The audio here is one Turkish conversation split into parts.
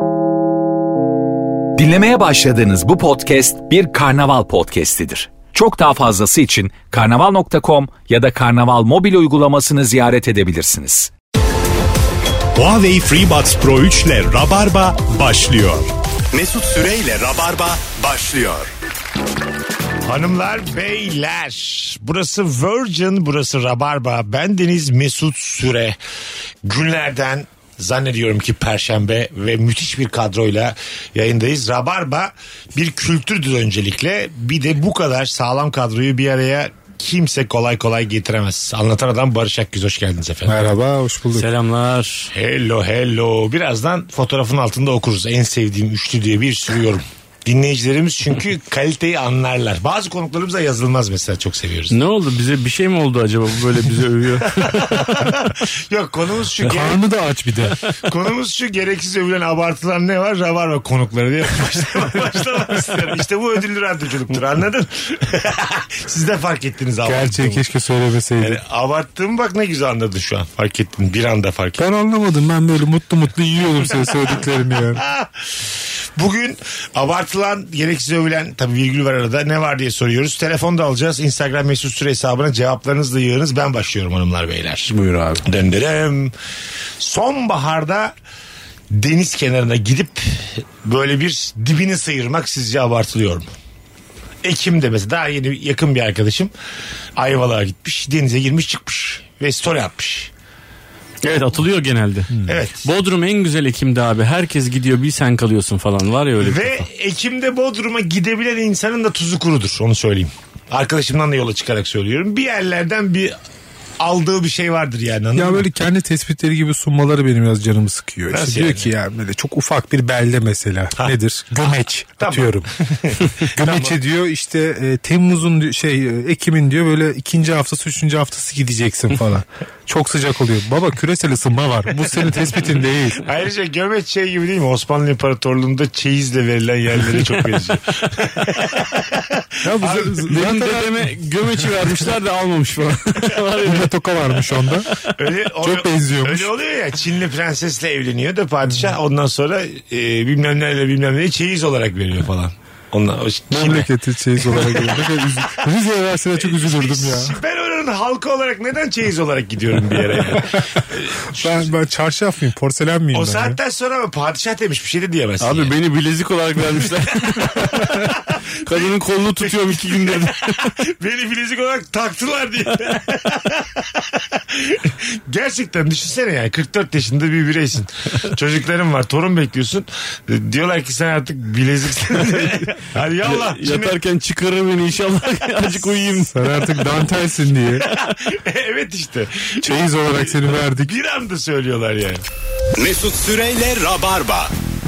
Dinlemeye başladığınız bu podcast bir karnaval podcastidir. Çok daha fazlası için karnaval.com ya da karnaval mobil uygulamasını ziyaret edebilirsiniz. Huawei FreeBuds Pro 3 ile Rabarba başlıyor. Mesut Süreyle Rabarba başlıyor. Hanımlar, beyler, burası Virgin, burası Rabarba. Bendeniz Mesut Süre. Günlerden zannediyorum ki Perşembe ve müthiş bir kadroyla yayındayız. Rabarba bir kültürdür öncelikle. Bir de bu kadar sağlam kadroyu bir araya kimse kolay kolay getiremez. Anlatan adam Barış Akgüz, hoş geldiniz efendim. Merhaba, hoş bulduk. Selamlar. Hello. Birazdan fotoğrafın altında okuruz. En sevdiğim üçlü diye bir sürü yorum. Dinleyicilerimiz çünkü kaliteyi anlarlar. Bazı konuklarımıza yazılmaz mesela, çok seviyoruz. Ne oldu? Bize bir şey mi oldu acaba? Bu böyle bize övüyor. Yok, konumuz şu. Karnı da aç bir de. Konumuz şu: gereksiz övülen, abartılan ne var? Rabarba konukları diye başlamak isterim. İşte bu ödüllü radyoculuktur, anladın? Siz de fark ettiniz abarttığımı. Gerçeği keşke söylemeseydin. Yani abarttığımı bak ne güzel anladın şu an. Fark ettin, bir anda fark ettin. Ben anlamadım. Ben böyle mutlu yiyordum senin söylediklerini yani. Bugün abartılan, gereksiz övülen, tabii virgül var arada, ne var diye soruyoruz. Telefon da alacağız. Instagram Mesut Süre hesabına cevaplarınızı da yığınız. Ben başlıyorum hanımlar beyler. Buyur abi. Döndürüm. Sonbaharda deniz kenarına gidip böyle bir dibini sıyırmak sizce abartılıyor mu? Ekim'de mesela, daha yeni yakın bir arkadaşım Ayvalık'a gitmiş, denize girmiş çıkmış ve story atmış. Evet, atılıyor genelde. Evet. Bodrum en güzel Ekim'de abi. Herkes gidiyor, bir sen kalıyorsun falan. Var ya öyle bir Ve kafa. Ekim'de Bodrum'a gidebilen insanın da tuzu kurudur, onu söyleyeyim. Arkadaşımdan da yola çıkarak söylüyorum. Bir yerlerden bir aldığı bir şey vardır yani, anladın Ya mı? böyle kendi tespitleri gibi sunmaları benim biraz canımı sıkıyor. Nasıl İşte yani? diyor ki ya böyle çok ufak bir belde mesela. Nedir? Gömeç Tamam. atıyorum. Gömeç'e diyor işte Temmuz'un Ekim'in diyor böyle 2. haftası 3. haftası gideceksin falan. Çok sıcak oluyor. Baba, küresel ısınma var. Bu senin tespitin değil. Ayrıca gömeç şey gibi değil mi? Osmanlı İmparatorluğu'nda çeyizle verilen yerlere çok benziyor. Ya bu Benim dedeme gömeçi vermişler de almamış falan. zaten toka varmış onda. Çok benziyormuş. Öyle oluyor ya, Çinli prensesle evleniyor da padişah, ondan sonra bilmem neyle çeyiz olarak veriyor falan. Ondan, Memleketi çeyiz olarak görüyorum. Rize'ye versene çok üzülürdüm ya. Ben oranın halkı olarak neden çeyiz olarak gidiyorum bir yere yani? Ben çarşaf mıyım? Porselen miyim O ben? saatten sonra mı padişah demiş, bir şey de diyemezsin. Abi yani. beni bilezik olarak vermişler. Kadının kolunu tutuyorum 2 günde. Beni bilezik olarak taktılar diye. Gerçekten düşünsene yani, 44 yaşında bir bireysin. Çocukların var, torun bekliyorsun. Diyorlar ki sen artık bileziksin. Hadi yallah. Yatarken çıkarır beni inşallah. Azıcık uyuyayım. Sen artık dantelsin diye. Evet işte. Çeyiz olarak seni verdik. Bir anda söylüyorlar yani. Mesut Süreyle Rabarba.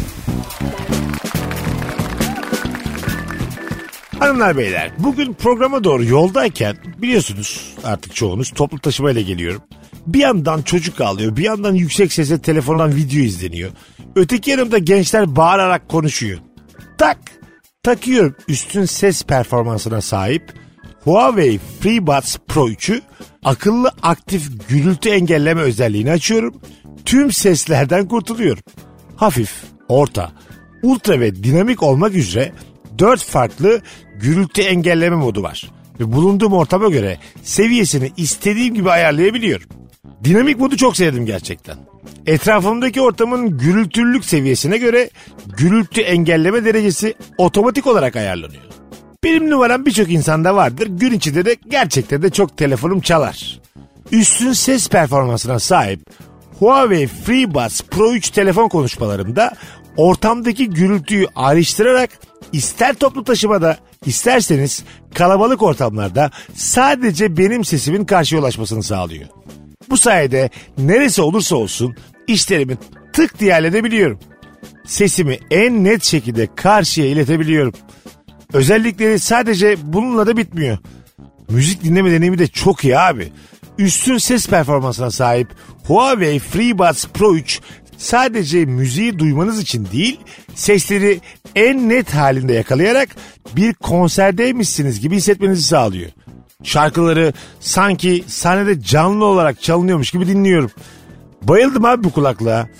Hanımlar beyler, bugün programa doğru yoldayken, biliyorsunuz artık çoğunuz, toplu taşımayla geliyorum. Bir yandan çocuk ağlıyor, bir yandan yüksek sesle telefondan video izleniyor. Öteki yanımda gençler bağırarak konuşuyor. Takıyorum üstün ses performansına sahip Huawei FreeBuds Pro 3'ü, akıllı aktif gürültü engelleme özelliğini açıyorum. Tüm seslerden kurtuluyorum. Hafif, orta, ultra ve dinamik olmak üzere 4 farklı gürültü engelleme modu var. Ve bulunduğum ortama göre seviyesini istediğim gibi ayarlayabiliyorum. Dinamik modu çok sevdim gerçekten. Etrafımdaki ortamın gürültülülük seviyesine göre gürültü engelleme derecesi otomatik olarak ayarlanıyor. Benim numaram birçok insanda vardır. Gün içinde de gerçekten de çok telefonum çalar. Üstün ses performansına sahip Huawei FreeBuds Pro 3 telefon konuşmalarımda ortamdaki gürültüyü ayrıştırarak ister toplu taşımada, isterseniz kalabalık ortamlarda sadece benim sesimin karşıya ulaşmasını sağlıyor. Bu sayede neresi olursa olsun işlerimi tık diye halledebiliyorum. Sesimi en net şekilde karşıya iletebiliyorum. Özellikleri sadece bununla da bitmiyor. Müzik dinleme deneyimi de çok iyi abi. Üstün ses performansına sahip Huawei FreeBuds Pro 3 sadece müziği duymanız için değil, sesleri en net halinde yakalayarak bir konserdeymişsiniz gibi hissetmenizi sağlıyor. Şarkıları sanki sahnede canlı olarak çalınıyormuş gibi dinliyorum. Bayıldım abi bu kulaklığa.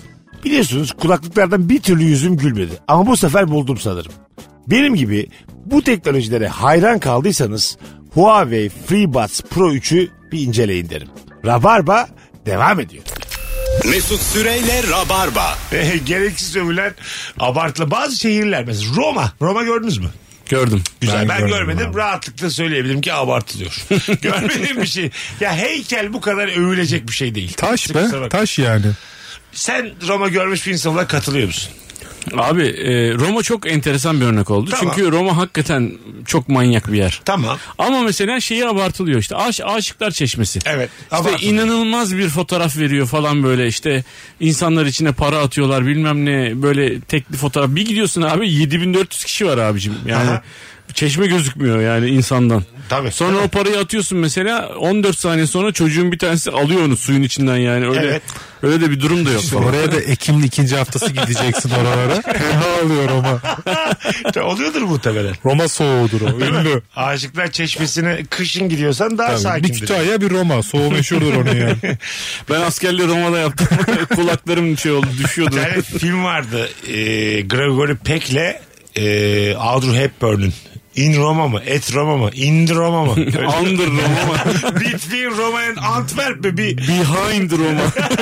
Biliyorsunuz kulaklıklardan bir türlü yüzüm gülmedi. Ama bu sefer buldum sanırım. Benim gibi bu teknolojilere hayran kaldıysanız Huawei FreeBuds Pro 3'ü bir inceleyin derim. Rabarba devam ediyor. Mesut Süreyle Rabarba. Gereksiz övülen abartılı bazı şehirler mesela Roma gördünüz mü? Gördüm. Güzel. Ben görmedim görmedim. abi. Rahatlıkla söyleyebilirim ki abartılıyor. Görmediğim bir şey. Ya heykel bu kadar övülecek bir şey değil. Taş be. Kusura bak. Taş yani. Sen Roma görmüş bir insan olarak katılıyor musun? Abi Roma çok enteresan bir örnek oldu. Tamam. Çünkü Roma hakikaten çok manyak bir yer. Tamam. Ama mesela şeyi abartılıyor işte Aşıklar Çeşmesi. Evet. İşte abartılıyor. inanılmaz bir fotoğraf veriyor falan böyle işte insanlar içine para atıyorlar bilmem ne böyle tekli fotoğraf. Bir gidiyorsun abi 7400 kişi var abicim yani. Aha. Çeşme gözükmüyor yani insandan. Tabii. Sonra o parayı atıyorsun mesela 14 saniye sonra çocuğun bir tanesi alıyor onu suyun içinden yani öyle Evet. öyle de bir durum da yok. İşte oraya da Ekim'in 2. haftası gideceksin oralara. Ne oluyor Roma? Oluyordur muhtemelen. Roma soğuğudur o. Ünlü. Aşıklar Çeşmesi'ne kışın gidiyorsan daha Tabii, bir sakindir. Kütahya bir Roma. Soğuğu meşhurdur onun yani. Ben askerliği Roma'da yaptım. Kulaklarım şey oldu düşüyordu. Bir tane film vardı. Gregory Peck'le Audrey Hepburn'un. In Roma mı? Et Roma mı? In Roma mı? Under Roma. Between Roma and Antwerp mi? Behind Roma.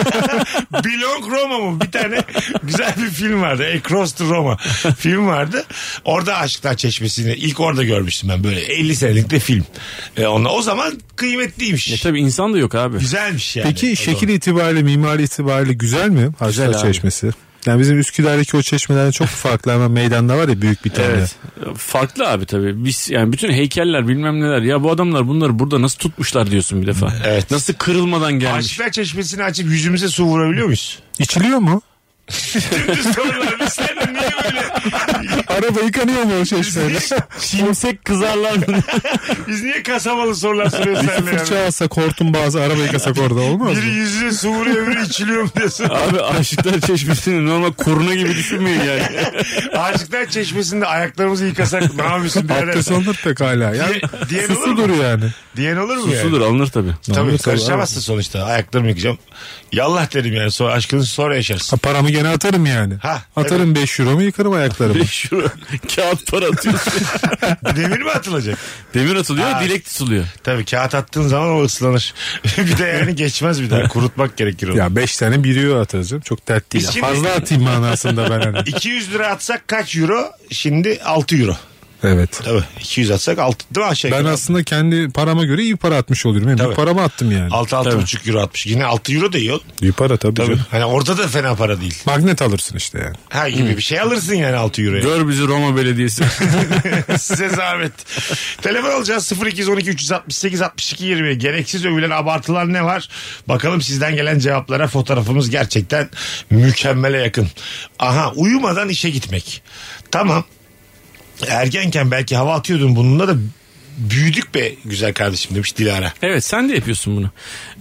Belong Roma mı? Bir tane güzel bir film vardı. Across the Roma film vardı. Orada Aşıklar Çeşmesi'ni ilk orada görmüştüm ben. Böyle 50 senelik de film. O zaman kıymetliymiş. Tabii insan da yok abi. Güzelmiş yani. Peki şekil itibariyle, mimari itibariyle güzel mi? Aşıklar Güzel abi. Çeşmesi. Yani bizim Üsküdar'daki o çeşmelerden çok farklı, ama meydanda var ya büyük bir tane. Evet. Farklı abi tabii. Biz yani bütün heykeller bilmem neler. Ya bu adamlar bunları burada nasıl tutmuşlar diyorsun bir defa. Evet. Nasıl kırılmadan gelmiş. Aşıklar Çeşmesi'ni açıp yüzümüze su vurabiliyor muyuz? İçiliyor mu? Dümdüz sorular. Biz seninle niye böyle? Araba yıkanıyor mu o çeşmeyle? Şimsek kızarlar. Biz niye kasabalı sorular soruyoruz seninle Fırça yani? alsak, hortum bazı araba yıkasak orada olmaz Biri mı? yüzüne su vuruyor, biri içiliyor mu diyorsun? Abi Aşıklar Çeşmesi'ni normal koruna gibi düşünmeyin yani. Aşıklar Çeşmesi'nde ayaklarımızı yıkasak ne yapıyorsun? Abdest alınır pek hala. Yani Diyen olur mu? susudur yani. Diyen olur mu Susudur yani? alınır tabii. Tabii Olur, karışamazsın sonuçta. Ayaklarımı yıkayacağım. Yallah derim yani. Sonra aşkını sonra yaşarsın. Ha, paramı gene atarım yani. Ha, Atarım 5 euro mu, yıkarım ayaklarımı. 5 euro kağıt para atıyorsun. Demir mi atılacak? Demir atılıyor, Ha. dilek tutuluyor. Tabii kağıt attığın zaman o ıslanır. Bir de yani geçmez bir daha. Kurutmak gerekir onu. Ya 5 tane bir euro atacağım. Çok dert değil. Biz şimdi- Fazla atayım manasında ben hani. 200 lira atsak kaç euro? Şimdi 6 euro. Evet. Tabii 200 atsak 6 değil mi aşağı Ben yukarı? aslında kendi parama göre iyi para atmış oluyorum. Yani Tabii. bir paramı attım yani. 6-6,5 euro atmış. Yine 6 euro da iyi oğlum. İyi para tabii. Tabii. Canım. Hani orada da fena para değil. Magnet alırsın işte yani. Ha gibi bir şey alırsın yani 6 euroya. Gör bizi Roma Belediyesi. Size zahmet. Telefon alacağız 0212 368 62 20. Gereksiz övülen abartılar ne var? Bakalım sizden gelen cevaplara. Fotoğrafımız gerçekten mükemmele yakın. Aha, uyumadan işe gitmek. Tamam. Ergenken belki hava atıyordun, bununla da büyüdük be güzel kardeşim demiş Dilara. Evet sen de yapıyorsun bunu.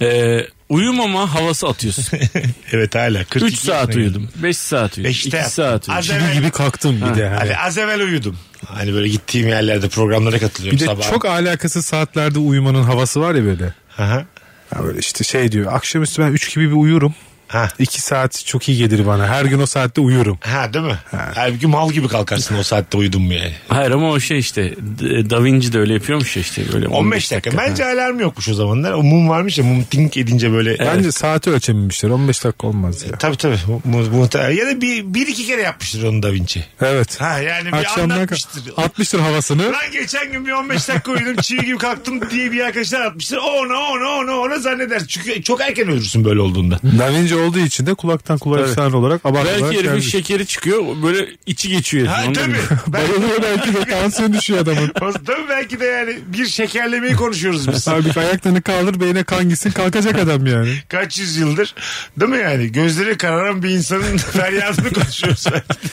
Uyumama havası atıyorsun. Evet hala. 42 3 saat yaşına uyudum. 5 saat uyudum. Beşte 2 yaptım. saat uyudum. Az Çivi evvel, gibi kalktım bir de. Hani. hani az evvel uyudum. Hani böyle gittiğim yerlerde programlara katılıyorum Bir de sabah. çok alakasız saatlerde uyumanın havası var ya böyle. Aha. Ya böyle işte şey diyor. Akşamüstü ben 3 gibi bir uyurum. Ha. 2 saat çok iyi gelir bana. Her gün o saatte uyurum. Ha değil mi? Halbuki mal gibi kalkarsın o saatte uyudun mu yani? Hayır ama o şey işte Da Vinci de öyle yapıyormuş ya işte böyle 15 dakika. Bence alarm yokmuş o zamanlar. O mum varmış ya, mum tink edince böyle. Bence saati ölçememişler. 15 dakika olmaz ya. Tabii. Muhtemelen. Ya da bir iki kere yapmıştır onu Da Vinci. Evet. Ha yani bir Akşamdan anlatmıştır. atmıştır havasını. Lan geçen gün bir 15 dakika uyudum çivi gibi kalktım diye bir arkadaşlar atmıştır. Ona zanneder. Çünkü çok erken ölürsün böyle olduğunda. Da Vinci olduğu için de kulaktan kulağa Tabii. efsane olarak abartılarak Belki herifin gelmiş. şekeri çıkıyor böyle içi geçiyor. Ha herifin, anladın tabii. mı? Bayılıyor belki de, tansiyon düşüyor adamın. Tabii belki de yani bir şekerlemeyi konuşuyoruz biz. Abi ayaklarını kaldır, beyne kan gitsin, kalkacak adam yani. Kaç yüzyıldır değil mi yani? Gözleri kararan bir insanın feryadını konuşuyoruz.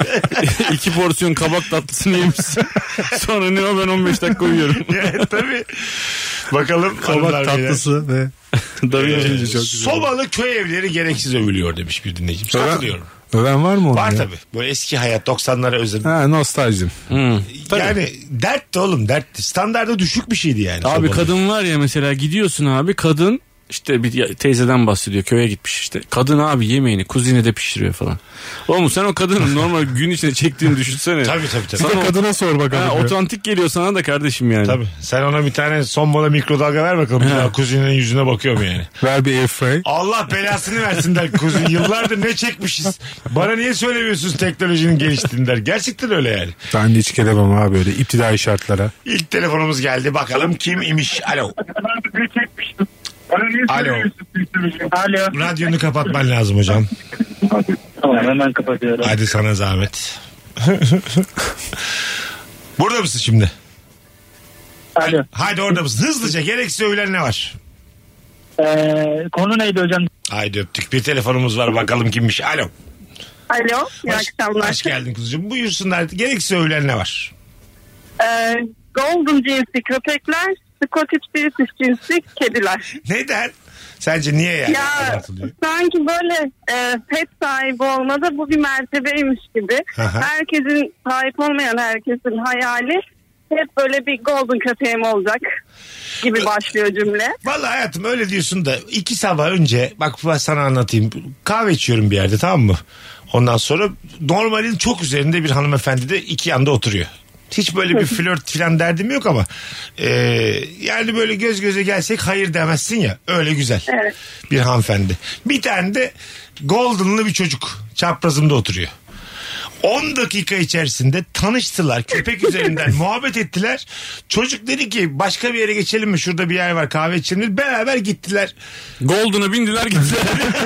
2 porsiyon kabak tatlısını yemişsin. Sonra ne o ben 15 dakika uyuyorum. Yani tabii. Bakalım. hanımlar, Kabak beyler. tatlısı ve Da Vinci çok güzel. Sobalı köy evleri gereksiz övülüyor demiş bir dinleyicimiz. Katılıyorum. öven var mı onun Var ya? tabii. Böyle eski hayat 90'lara özledim. Ha, nostaljim. Yani dert de oğlum dert. Standarda düşük bir şeydi yani. Abi sobalı. kadın var ya mesela gidiyorsun abi kadın işte bir teyzeden bahsediyor, köye gitmiş işte. Kadın abi yemeğini kuzine de pişiriyor falan. Oğlum sen o kadının normal gün içinde çektiğini düşünsene. Tabii. Sana kadına sor bakalım. Otantik geliyor sana da kardeşim yani. Tabii. Sen ona bir tane son moda mikrodalga ver bakalım. Bir daha kuzinin yüzüne bakıyorum yani. Ver bir airfryer. Allah belasını versin der kuzin. Yıllardır ne çekmişiz. Bana niye söylemiyorsunuz teknolojinin geliştiğini der. Gerçekten öyle yani. Ben de hiç gelemem abi böyle iptidai şartlara. İlk telefonumuz geldi. Bakalım kim imiş. Alo. Alo. Radyonu kapatman lazım hocam. Tamam, hemen kapatıyorum. Hadi sana zahmet. Burada mısın şimdi? Alo. Haydi orada mısın? Hızlıca gereksiz övülen ne var? Konu neydi hocam? Haydi öptük. Bir telefonumuz var. Bakalım kimmiş. Alo. Alo. İyi akşamlar. Hoş geldin kuzucuğum. Buyursunlar. Gereksiz övülen ne var? Golden cinsi köpekler, Scottish British cinsi kediler. Neden? Sence niye yani? Ya Abartılıyor? sanki böyle pet sahibi olmada bu bir mertebeymiş gibi. Aha. Herkesin, sahip olmayan herkesin hayali hep böyle bir golden köpeğim olacak gibi başlıyor cümle. Vallahi hayatım öyle diyorsun da 2 sabah önce bak ben sana anlatayım. Kahve içiyorum bir yerde, tamam mı? Ondan sonra normalin çok üzerinde bir hanımefendi de 2 yanda oturuyor. Hiç böyle bir flört falan derdim yok ama yani böyle göz göze gelsek hayır demezsin ya, öyle güzel. Evet. Bir hanımefendi. Bir tane de golden'lı bir çocuk çaprazımda oturuyor. 10 dakika içerisinde tanıştılar. Köpek üzerinden muhabbet ettiler. Çocuk dedi ki başka bir yere geçelim mi? Şurada bir yer var, kahve içelim dedi. Beraber gittiler. Golden'a bindiler gittiler.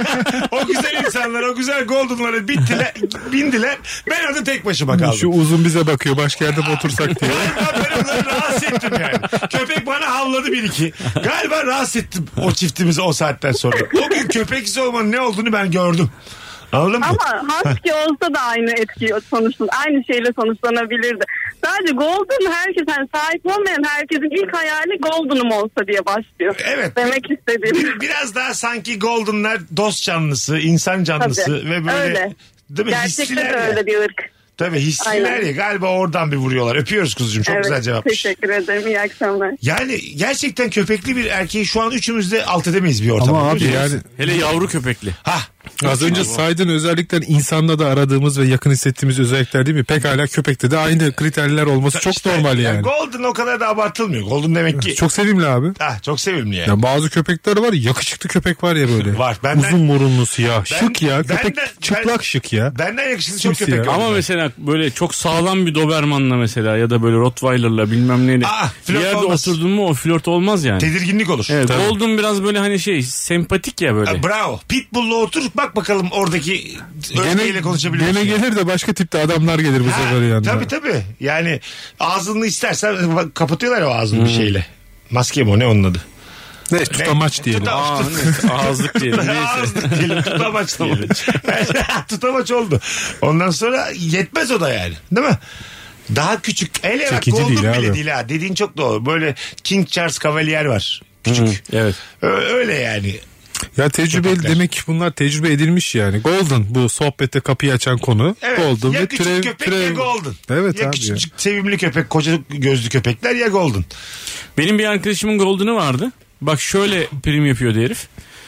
O güzel insanlar, o güzel golden'lara bindiler. Ben orada tek başıma kaldım. Şu uzun bize bakıyor, başka yerde mi otursak diye. Galiba ben onları rahatsız ettim yani. Köpek bana havladı 1-2. Galiba rahatsız ettim o çiftimizi o saatten sonra. O gün köpeksiz olmanın ne olduğunu ben gördüm. Anladın mı? Ama husky olsa da aynı etki aynı şeyle sonuçlanabilirdi. Sadece golden herkes, yani sahip olmayan herkesin ilk hayali golden'ım olsa diye başlıyor. Evet. Demek istediğim. Biraz daha sanki golden'lar dost canlısı, insan canlısı. Tabii. Ve böyle öyle. Değil mi? Gerçekten Hissiler de ya. öyle bir ırk. Tabii hissiler Aynen. ya, galiba oradan bir vuruyorlar. Öpüyoruz kuzucuğum, çok Evet, güzel cevapmış. teşekkür ederim, iyi akşamlar. Yani gerçekten köpekli bir erkeği şu an üçümüz de alt edemeyiz bir ortamda. Ama abi Biliyor musun? yani Hele yavru köpekli. az önce saydığın özellikler insanda da aradığımız ve yakın hissettiğimiz özellikler değil mi? Pekala köpekte de aynı kriterler olması çok İşte, normal yani. Golden o kadar da abartılmıyor. Golden demek ki. Çok sevimli abi. Çok sevimli yani. Ya bazı köpekler var, yakışıklı köpek var ya böyle. Var. Benden- Uzun burunlu siyah. Şık ya. Köpek benden- çıplak şık ya. Benden yakışıklı çok Simsiyah. köpek var. Ama mesela böyle çok sağlam bir Doberman'la mesela ya da böyle Rottweiler'la bilmem neyle bir flört yerde olmaz. oturdun mu o flört olmaz yani. Tedirginlik olur. Evet, Tabii. Golden biraz böyle hani sempatik ya böyle. Bravo. Pitbull'la otur bak bakalım oradaki öfkeyle konuşabiliyor musun? Gene gelir de başka tipte adamlar gelir bu sefer yanına. Tabii. Yani ağzını istersen kapatıyorlar ya o ağzını bir şeyle. Maske mi o, ne onun adı? Ne tutamaç diyelim. Ağızlık diyelim. Neyse. Ağızlık diyelim, tutamaç diyelim. Tutamaç oldu. Ondan sonra yetmez o da yani. Değil mi? Daha küçük. Hele bak Çekici Golden değil bile abi. değil ha. Dediğin çok doğru. Böyle King Charles Cavalier var. Küçük. Evet. Öyle yani. Ya tecrübeli Köpekler. demek ki bunlar tecrübe edilmiş yani. Golden bu sohbette kapıyı açan konu. Evet. Golden Ya ve küçük köpek ya Golden. Evet ya abi. küçük sevimli köpek, koca gözlü köpekler ya Golden. Benim bir arkadaşımın Golden'ı vardı. Bak şöyle prim yapıyordu herif.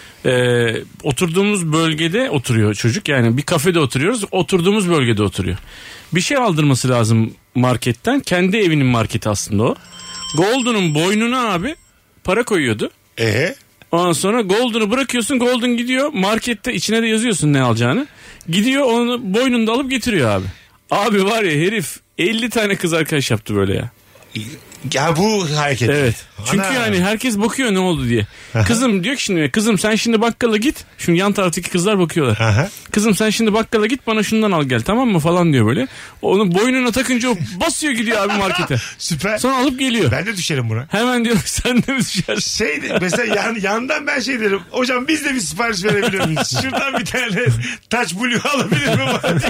Oturduğumuz bölgede oturuyor çocuk. Yani bir kafede oturuyoruz. Oturduğumuz bölgede oturuyor. Bir şey aldırması lazım marketten. Kendi evinin marketi aslında o. Golden'ın boynuna abi para koyuyordu. Ondan sonra Golden'ı bırakıyorsun. Golden gidiyor. Markette içine de yazıyorsun ne alacağını. Gidiyor onu boynunda alıp getiriyor abi. Abi var ya herif 50 tane kız arkadaş yaptı böyle ya. Ya bu hareket. Evet. Çünkü Ana. yani herkes bakıyor ne oldu diye. Kızım diyor ki şimdi kızım sen şimdi bakkala git. Şimdi yan taraftaki kızlar bakıyorlar. Aha. Kızım sen şimdi bakkala git bana şundan al gel tamam mı falan diyor böyle. Onu boynuna takınca o basıyor gidiyor abi markete. Süper. Sonra alıp geliyor. Ben de düşerim buna. Hemen diyor sen de mi düşersin? Mesela yandan ben şey derim. Hocam biz de bir sipariş verebilir miyiz? Şuradan bir tane Touch Blue alabilir miyim?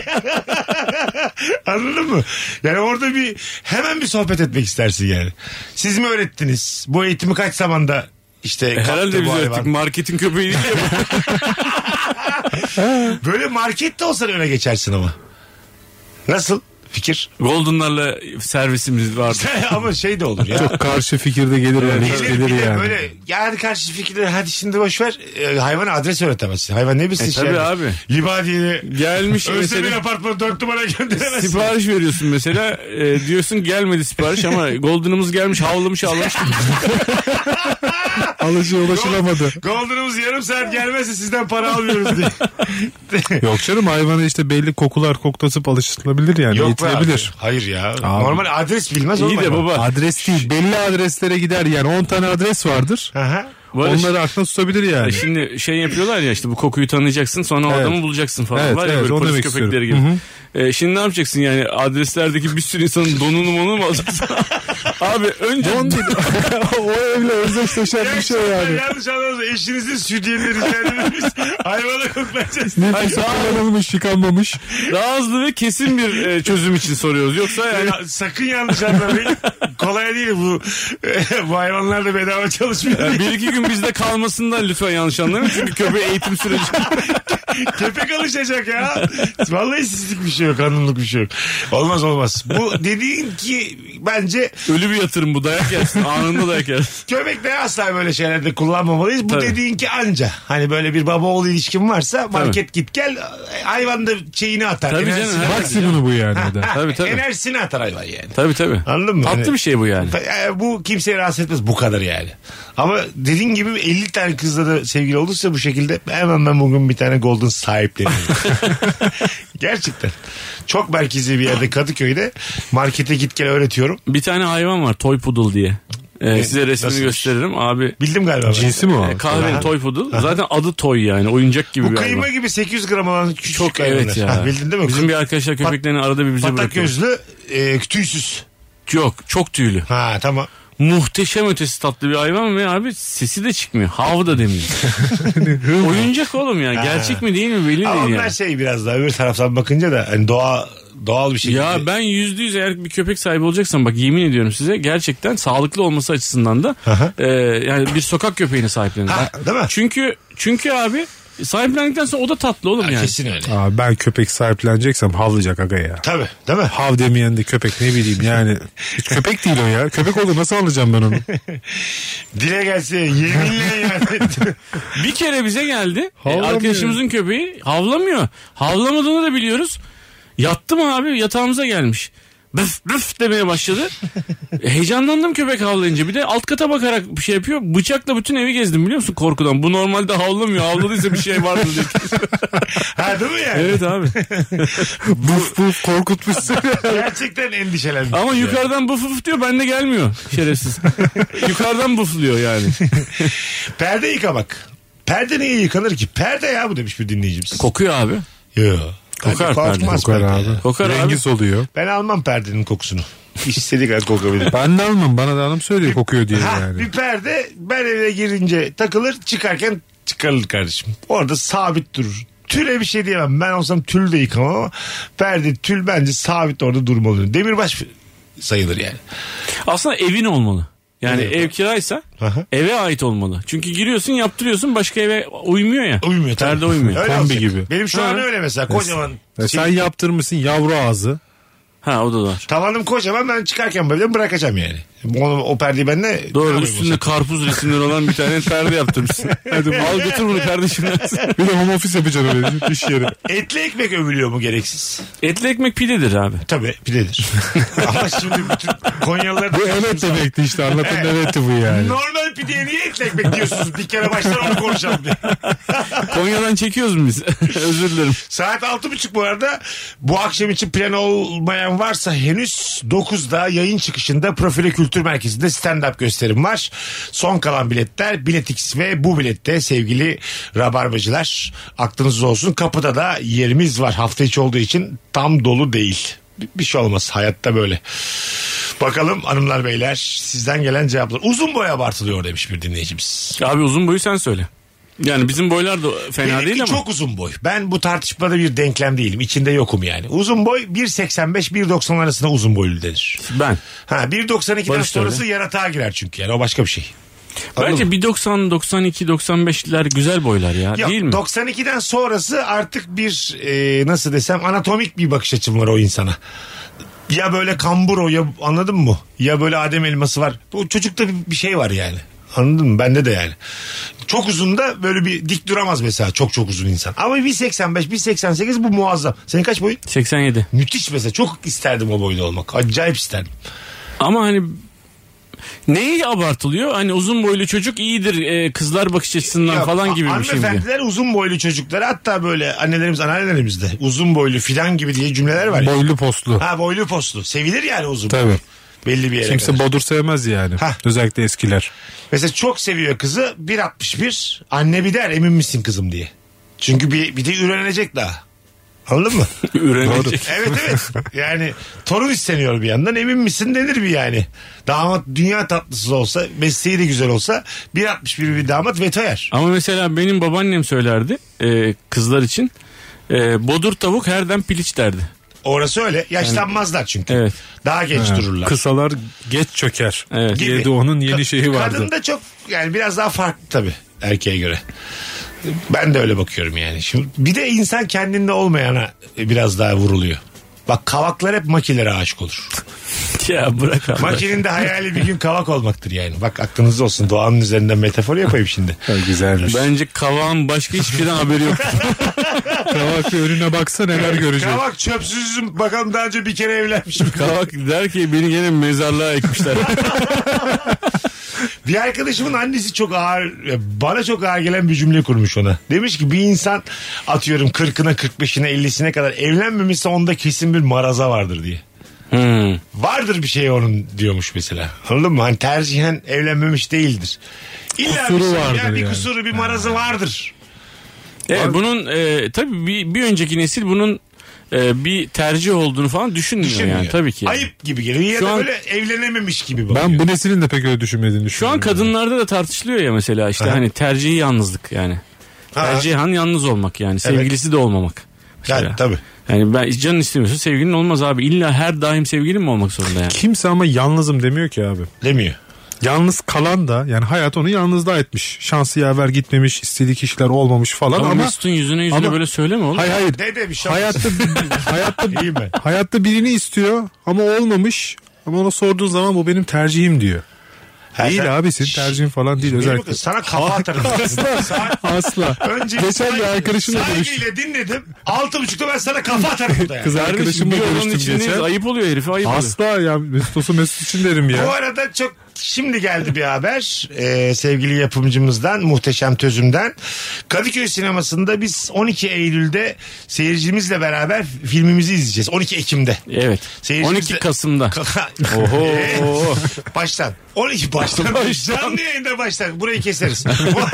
Anladın mı? Yani orada hemen bir sohbet etmek istersin yani. Siz mi öğrettiniz? Bu eğitimi kaç zamanda işte Herhalde biz bu öğrettik. hayvan? Marketin köpeği değil ya. Böyle markette olsan öne geçersin ama. Nasıl fikir. Golden'larla servisimiz vardı. Ama şey de olur ya. Çok karşı fikirde gelir öyle. Gelir Gelir yani. böyle yani karşı fikirleri hadi şimdi boş ver. Hayvana adres öğretemezsin. Hayvan ne bilsin tabii abi. Libadiye'ye Gelmiş Özlem'in mesela. apartmanı 4 numara gönderemezsin. Sipariş veriyorsun mesela. Diyorsun gelmedi sipariş ama Golden'ımız gelmiş havlamış. Ulaşılamadı. Golden'ımız yarım saat gelmezse sizden para almıyoruz diye. Yok canım, hayvana işte belli kokular koklatıp alıştırılabilir yani. Yok be abi. Eğitilebilir. Hayır ya. Abi. Normal adres bilmez İyi oğlum. de hayvan. baba. Adres değil, belli adreslere gider yani. 10 tane adres vardır. Aha. Onları aklına tutabilir yani. Şimdi şey yapıyorlar ya işte bu kokuyu tanıyacaksın sonra o Evet. adamı bulacaksın falan. Evet, Var ya evet, böyle onu polis demek köpekleri istiyorum. gibi. Şimdi ne yapacaksın yani adreslerdeki bir sürü insanın donunu mu alacaksın? Abi önce O evle özdeşleşen bir şey yani. Yanlış anladınız. Eşinizin sütyeni rica edilmiş. Hayvana koklayacağız. Nefesi kullanılmış, yıkanmamış. daha hızlı ve kesin bir çözüm için soruyoruz. Yoksa yani Sakın yanlış anlamayın. Kolay değil bu. Bu hayvanlar da bedava çalışmıyor. yani bir iki gün bizde kalmasından lütfen yanlış anlamayın. Çünkü köpeğe eğitim süreci. Köpek alışacak ya. Vallahi sizlik bir şey yok. Kanunluk bir şey yok. Olmaz. Bu dediğin ki bence Ölü bir yatırım bu, dayak yersin. Anında dayak yersin. köpekleri asla böyle şeylerde kullanmamalıyız. Bu Tabii. dediğin ki anca. Hani böyle bir baba oğul ilişkin varsa market git gel hayvan da şeyini atar. Tabii canım, enerjisini her- atar. Maksimunu bu yani. o da. Tabii. Enerjisini atar hayvan yani. Tabii. Anladın mı? Tatlı Hani- bir şey bu yani. Bu kimseyi rahatsız etmez bu kadar yani. Ama dediğin gibi 50 tane kızla da sevgili olursa bu şekilde hemen ben bugün bir tane golden sahipleniyorum. Gerçekten. Çok merkezi bir yerde Kadıköy'de markete git gel öğretiyorum. Bir tane hayvan var toy poodle diye. Size resmini nasılmış? gösteririm abi. Bildim galiba. ben. Cinsi mi o? Kahvenin toy poodle. Zaten adı toy yani. Oyuncak gibi Bu bir kıyma hayvan. gibi 800 gram olan küçük Çok hayvanlar. evet ya. Ha, bildin değil mi? Bizim bir arkadaşlar köpeklerini arada bir bize Patak bırakıyor. gözlü tüysüz. Yok çok tüylü. Ha tamam. Muhteşem ötesi tatlı bir hayvan ve abi sesi de çıkmıyor. Hav da demiyor. Oyuncak oğlum ya. Gerçek mi değil mi belli Ama değil onlar yani. şey biraz daha öbür taraftan bakınca da hani doğal bir şey. Ya ben %100 eğer bir köpek sahibi olacaksam bak yemin ediyorum size gerçekten sağlıklı olması açısından da Aha. yani bir sokak köpeğini sahiplenirim. Ha, değil mi? Çünkü abi sahiplendikten sonra o da tatlı oğlum yani. Kesin öyle. Aa, ben köpek sahipleneceksem havlayacak aga ya. Tabii değil mi? Hav demeyen de köpek, ne bileyim yani. Hiç köpek değil o ya. Köpek olur, nasıl alacağım ben onu? Dile gelse yeminle yani. Bir kere bize geldi. Havlamıyor. Arkadaşımızın köpeği havlamıyor. Havlamadığını da biliyoruz. Yattı mı abi yatağımıza gelmiş. Bıf bıf demeye başladı. Heyecanlandım köpek havlayınca. Bir de alt kata bakarak bir şey yapıyor. Bıçakla bütün evi gezdim biliyor musun korkudan. Bu normalde havlamıyor. Havladıysa bir şey vardır diye. Ha değil mi yani? Evet abi. Buf korkutmuş seni. Gerçekten endişelendim. Ama yukarıdan buf buf diyor bende gelmiyor şerefsiz. Yukarıdan bufluyor yani. Perde yıkamak. Perde niye yıkanır ki? Perde ya bu demiş bir dinleyicimiz. Kokuyor abi. Yok. Kokar perde. Kokar abi. Kokar Rengi abi. soluyor. Ben almam perdenin kokusunu. İstediği kadar kokabilir. Ben de almam. Bana da hanım söylüyor kokuyor diye Ha, yani. bir perde ben eve girince takılır çıkarken çıkarılır kardeşim. Orada sabit durur. Tüle bir şey diyemem. Ben olsam tül de yıkamam ama perde tül bence sabit orada durmalı. Demirbaş sayılır yani. Aslında evin olmalı. Yani Evet. ev kiraysa Aha. eve ait olmalı. Çünkü giriyorsun yaptırıyorsun başka eve uymuyor ya. Uymuyor tabii. Perde uymuyor. Öyle Kombi olacak. gibi. Benim şu an öyle mesela kocaman. Sen yaptırmışsın yavru ağzı. Ha o da var. Tavanım kocaman ben çıkarken böyle bırakacağım yani. O perdeyi ben ne? Doğru ne üstünde yapayım karpuz resimleri olan bir tane perde yaptırmışsın. Hadi al götür bunu kardeşim. Bir de home office yapacaksın öyle iş yeri. Etli ekmek övülüyor mu gereksiz? Etli ekmek pidedir abi. Tabii pidedir. Ama şimdi bütün Konyalılar... Bu evet demekti işte, anlatan evetti bu yani. Normal pideye niye etli ekmek diyorsunuz? Bir kere baştan onu konuşalım diye. Konya'dan çekiyoruz mu biz? Özür dilerim. Saat 6.30 bu arada. Bu akşam için plan olmayan varsa henüz 9'da yayın çıkışında Profile Kültür Merkezi'nde stand-up gösterim var. Son kalan biletler Biletix ve bu bilette sevgili rabarbacılar. Aklınızda olsun, kapıda da yerimiz var. Hafta içi olduğu için tam dolu değil. Bir şey olmaz. Hayatta böyle. Bakalım hanımlar beyler sizden gelen cevaplar. Uzun boy abartılıyor demiş bir dinleyicimiz. Abi uzun boyu sen söyle. Yani bizim boylar da fena Benimki değil ama. çok uzun boy. Ben bu tartışmada bir denklem değilim. İçinde yokum yani. Uzun boy 1.85-1.90 arasında uzun boylu denir. Ben. Ha 1.92'den Barış da sonrası öyle. yaratığa girer çünkü yani o başka bir şey. Bence bir 90, 92, 95'ler güzel boylar ya, Yok, değil mi? 92'den sonrası artık bir nasıl desem anatomik bir bakış açım var o insana. Ya böyle kamburo, ya anladın mı? Ya böyle Adem elması var. O çocukta bir şey var yani. Anladın mı? Bende de yani. Çok uzun da böyle bir dik duramaz mesela. Çok uzun insan. Ama 1.85, 1.88 bu muazzam. Senin kaç boyun? 87. Müthiş mesela. Çok isterdim o boyda olmak. Acayip isterdim. Ama hani neyi abartılıyor? Hani uzun boylu çocuk iyidir kızlar bakış açısından Yok, falan gibi bir şey mi? Hanımefendiler uzun boylu çocukları, hatta böyle annelerimiz, anneannelerimiz de uzun boylu fidan gibi diye cümleler var ya. Boylu postlu. Ha, boylu postlu. Sevilir yani uzun Tabii. boylu. Belli bir yere Kimse kadar. bodur sevmez yani. Hah. Özellikle eskiler. Mesela çok seviyor kızı, 1.61. Anne bir der, emin misin kızım diye. Çünkü bir de ürenilecek daha. Anladın mı? Öğrenecek. Evet. Yani torun isteniyor bir yandan, emin misin denir bir yani. Damat dünya tatlısı olsa, mesleği de güzel olsa 1.61 bir damat veto yer. Ama mesela benim babaannem söylerdi kızlar için. Bodur tavuk herden piliç derdi. Orası öyle. Yaşlanmazlar çünkü. Evet. Daha genç dururlar. Kısalar geç çöker. Evet. Gibi. Yedi onun yeni şeyi vardı. Kadın da çok yani biraz daha farklı tabii erkeğe göre. Ben de öyle bakıyorum yani. Şimdi bir de insan kendinde olmayana biraz daha vuruluyor. Bak, kavaklar hep makilere aşık olur. Ya bırak abi. Makinin de hayali bir gün kavak olmaktır yani. Bak, aklınızda olsun, doğanın üzerinden metafor yapayım şimdi. Güzelmiş. Bence kavağın başka hiçbir şeyden haberi yok. Kavak önüne baksa neler görecek. Kavak çöpsüzüm, bakalım daha önce bir kere evlenmiş mi? Kavak der ki beni gene mezarlığa ekmişler. Bir arkadaşımın annesi çok ağır, bana çok ağır gelen bir cümle kurmuş ona. Demiş ki bir insan, atıyorum 40'ına 45'ine 50'sine kadar evlenmemişse onda kesin bir maraza vardır diye. Vardır bir şey onun diyormuş mesela. Anladın mı? Hani tercihen evlenmemiş değildir. İlla Kusuru bir şey, vardır bir yani. kusuru, bir marazı vardır. Evet, bunun tabii bir önceki nesil bunun bir tercih olduğunu falan düşünmüyor yani, tabii ki. Yani. Ayıp gibi geliyor. Ya Şu da an- böyle evlenememiş gibi bakıyor. Ben bu neslin de pek öyle düşünmediğini Şu düşünüyorum. an kadınlarda da tartışılıyor ya mesela işte hani tercihi yalnızlık yani. Tercihen yalnız olmak yani, sevgilisi de olmamak. Mesela. Yani, tabii. Yani ben canın istemiyorsa sevgilin olmaz abi. İlla her daim sevgilin mi olmak zorunda yani? Kimse ama yalnızım demiyor ki abi. Demiyor. Yalnız kalan da yani hayat onu yalnızlığa etmiş. Şansı yaver gitmemiş, istediği kişiler olmamış falan Ama ama Mesut'un yüzüne ama- böyle söyleme oğlum. hayır. Ne demiş? Hayatta İyi mi? hayatta birini istiyor ama olmamış. Ama ona sorduğun zaman bu benim tercihim diyor. Değil abi, senin tercihin falan değil özellikle. Sana kafa atarım. Asla. Önce Geçen bir arkadaşımla görüştüm. saygıyla dinledim. 6.30'da ben sana kafa atarım burada yani. Kız Kardeşim arkadaşımla bir odanın görüştüm içindeyiz. geçen. Ayıp oluyor herife, ayıp oluyor. Asla ya, Mesut olsa Mesut için derim Bu ya. arada çok şimdi geldi bir haber sevgili yapımcımızdan, Muhteşem Tözüm'den. Kadıköy sinemasında biz 12 Eylül'de seyircimizle beraber filmimizi izleyeceğiz. 12 Ekim'de. Evet. Seyircimizle- 12 Kasım'da. Oho. Baştan. 12 baştan. Canlı yayında baştan. Burayı keseriz.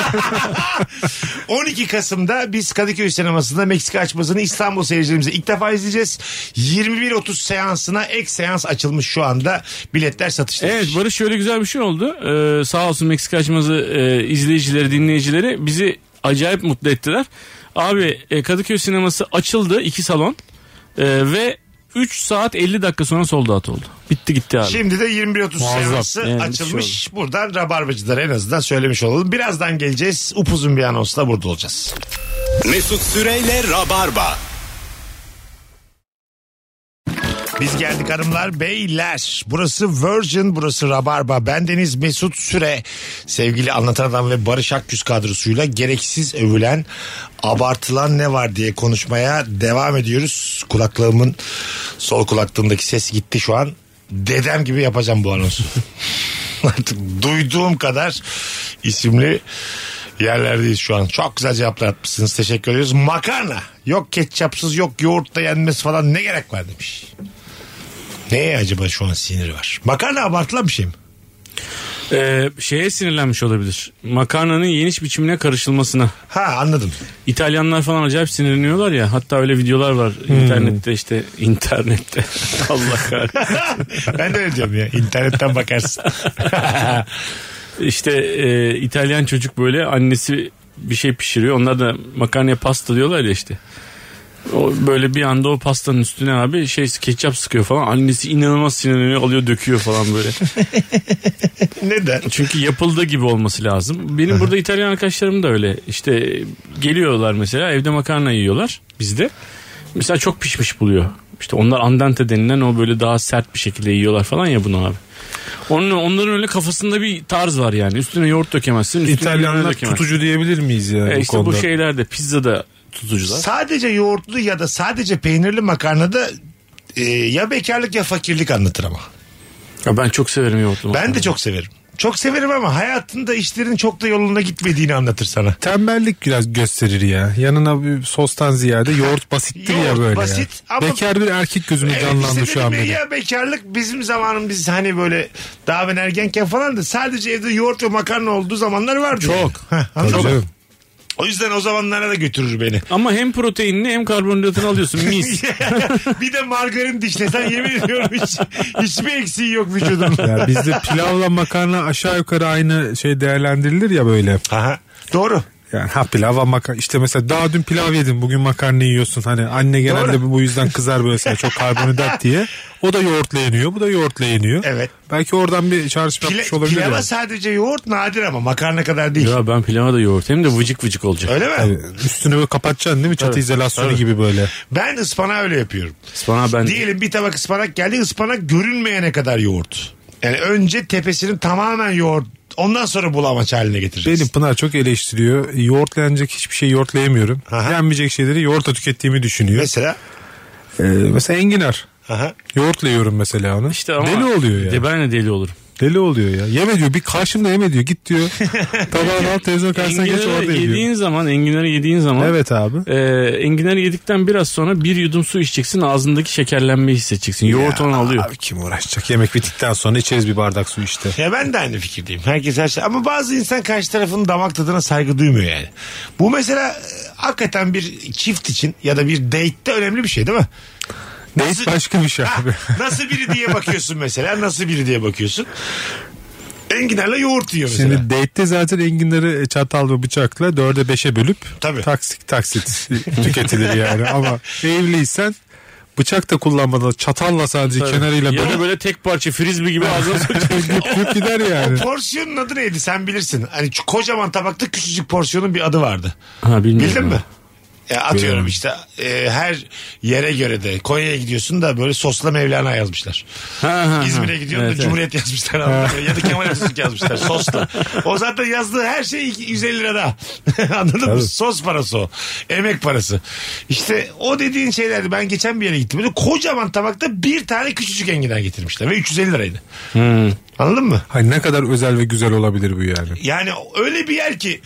12 Kasım'da biz Kadıköy sinemasında Meksika açmasını İstanbul seyircilerimize ilk defa izleyeceğiz. 21.30 seansına ek seans açılmış şu anda. Biletler satışta. Evet Barış, şöyle güzel bir şey oldu. Sağ olsun Meksika açmazı izleyicileri, dinleyicileri bizi acayip mutlu ettiler. Abi Kadıköy sineması açıldı, 2 salon ve 3 saat 50 dakika sonra sold out oldu. Bitti gitti abi. Şimdi de 21.30 seansı Evet, açılmış. Buradan Rabarbacılara en azından söylemiş olalım. Birazdan geleceğiz. Upuzun bir anonsla burada olacağız. Mesut Süreyle Rabarba. Biz geldik hanımlar beyler. Burası Virgin, burası Rabarba. Bendeniz Mesut Süre. Sevgili Anlatan Adam ve Barış Akgüz kadrosuyla gereksiz övülen, abartılan ne var diye konuşmaya devam ediyoruz. Kulaklığımın sol kulaklığımdaki ses gitti şu an. Dedem gibi yapacağım bu anonsu. Artık duyduğum kadar isimli yerlerdeyiz şu an. Çok güzel cevaplar atmışsınız. Teşekkür ediyoruz. Makarna. Yok ketçapsız, yok yoğurtla yenmesi falan, ne gerek var demiş. Neye acaba şu an siniri var? Makarna abartılan bir şey mi? Şeye sinirlenmiş olabilir. Makarnanın yeniş biçimine karışılmasına. Ha, anladım. İtalyanlar falan acayip sinirleniyorlar ya. Hatta öyle videolar var internette işte. İnternette. Allah kahretsin. Ben de öyle diyorum ya. İnternetten bakarsın. İşte İtalyan çocuk böyle, annesi bir şey pişiriyor. Onlar da makarnaya pasta diyorlar ya işte. O böyle bir anda o pastanın üstüne abi ketçap sıkıyor falan. Annesi inanılmaz sinirleniyor, alıyor döküyor falan böyle. Neden? Çünkü yapıldığı gibi olması lazım. Benim burada İtalyan arkadaşlarım da öyle. İşte geliyorlar mesela evde makarna yiyorlar bizde. Mesela çok pişmiş buluyor. İşte onlar andante denilen o böyle daha sert bir şekilde yiyorlar falan ya bunu abi. Onların öyle kafasında bir tarz var yani. Üstüne yoğurt dökemezsin. İtalyanlar tutucu diyebilir miyiz ya? İşte bu şeylerde pizzada tutucular. Sadece yoğurtlu ya da sadece peynirli makarnada ya bekarlık ya fakirlik anlatır ama. Ya ben çok severim yoğurtlu makarna. Ben de çok severim. Çok severim ama hayatında işlerin çok da yoluna gitmediğini anlatır sana. Tembellik biraz gösterir ya. Yanına bir sostan ziyade yoğurt basittir Yoğurt ya böyle basit ya. ama- Bekar bir erkek gözüme canlandı şu an benim. Ya bekarlık bizim zamanımız hani böyle daha ben ergenken falan da sadece evde yoğurt ve makarna olduğu zamanlar vardı. Çok. Anladın mı? Canım. O yüzden o zamanlara da götürür beni. Ama hem proteinini hem karbonhidratını alıyorsun mis. Bir de margarin dişlesen yemin ediyorum hiçbir eksiği yok vücudun. Ya bizde pilavla makarna aşağı yukarı aynı şey değerlendirilir ya böyle. Aha, doğru. Yani pilav makarna işte mesela daha dün pilav yedin bugün makarna yiyorsun hani anne genelde Doğru. bu yüzden kızar böyle çok karbonhidrat diye. O da yoğurtla yeniyor bu da yoğurtla yeniyor. Evet. Belki oradan bir çağrışım yapmış olabilir. Pilava Yani. sadece yoğurt nadir ama makarna kadar değil. Ya ben pilava da yoğurt hem de vıcık vıcık olacak. Öyle mi? Tabii, üstünü böyle kapatacaksın değil mi? Çatı izolasyonu tabii. gibi böyle. Ben ıspanağı öyle yapıyorum. Ispanağı ben Diyelim bir tabak ıspanak geldi, ıspanak görünmeyene kadar yoğurt. Yani önce tepesinin tamamen yoğurt, ondan sonra bulamaç haline getireceğiz. Benim Pınar çok eleştiriyor. Yoğurtla yenecek hiçbir şey yoğurtlayamıyorum. Aha. Yenmeyecek şeyleri yoğurtla tükettiğimi düşünüyor. Mesela Mesela enginar. aha. Yoğurtla yiyorum mesela onu. İşte ama Deli oluyor ya. De ben de deli olurum. Deli oluyor ya. Yeme diyor. Bir karşımda yeme diyor. Git diyor. Tabağını al televizyon karşısına geç orada Enginarı yiyor. yediğin zaman Evet abi. enginarı yedikten biraz sonra bir yudum su içeceksin, ağzındaki şekerlenmeyi hissedeceksin. Yoğurt onu alıyor. Abi kim uğraşacak? Yemek bittikten sonra içeriz bir bardak su işte. Ya ben de aynı fikirdeyim. Herkes her şey. Ama bazı insan karşı tarafının damak tadına saygı duymuyor yani. Bu mesela hakikaten bir çift için ya da bir date'te önemli bir şey değil mi? Date başka bir şey Ha, abi. nasıl biri diye bakıyorsun mesela. Nasıl biri diye bakıyorsun. Enginarla yoğurt yiyor mesela. Şimdi date'te zaten enginleri çatal ve bıçakla 4'e 5'e bölüp Tabii. taksit tüketilir yani. Ama evliysen bıçak da kullanmadan çatalla sadece kenarıyla Ya da böyle böyle tek parça frisbee gibi ağzına sokacaksın. güp gider yani. Porsiyonun adı neydi sen bilirsin. Hani şu kocaman tabakta küçücük porsiyonun bir adı vardı. Ha, bilmiyorum. Bildin mi? Atıyorum işte her yere göre de Konya'ya gidiyorsun da böyle sosla Mevlana yazmışlar. İzmir'e gidiyorsun da Cumhuriyet yazmışlar. Ya da Kemal Atatürk yazmışlar sosla. O zaten yazdığı her şey 150 lira daha. Anladın mı? Sos parası o. Emek parası. İşte o dediğin şeylerdi. Ben geçen bir yere gittim. Böyle kocaman tabakta bir tane küçücük enginar getirmişler. Ve 350 liraydı. Anladın mı? Hayır, ne kadar özel ve güzel olabilir bu yani. Yani öyle bir yer ki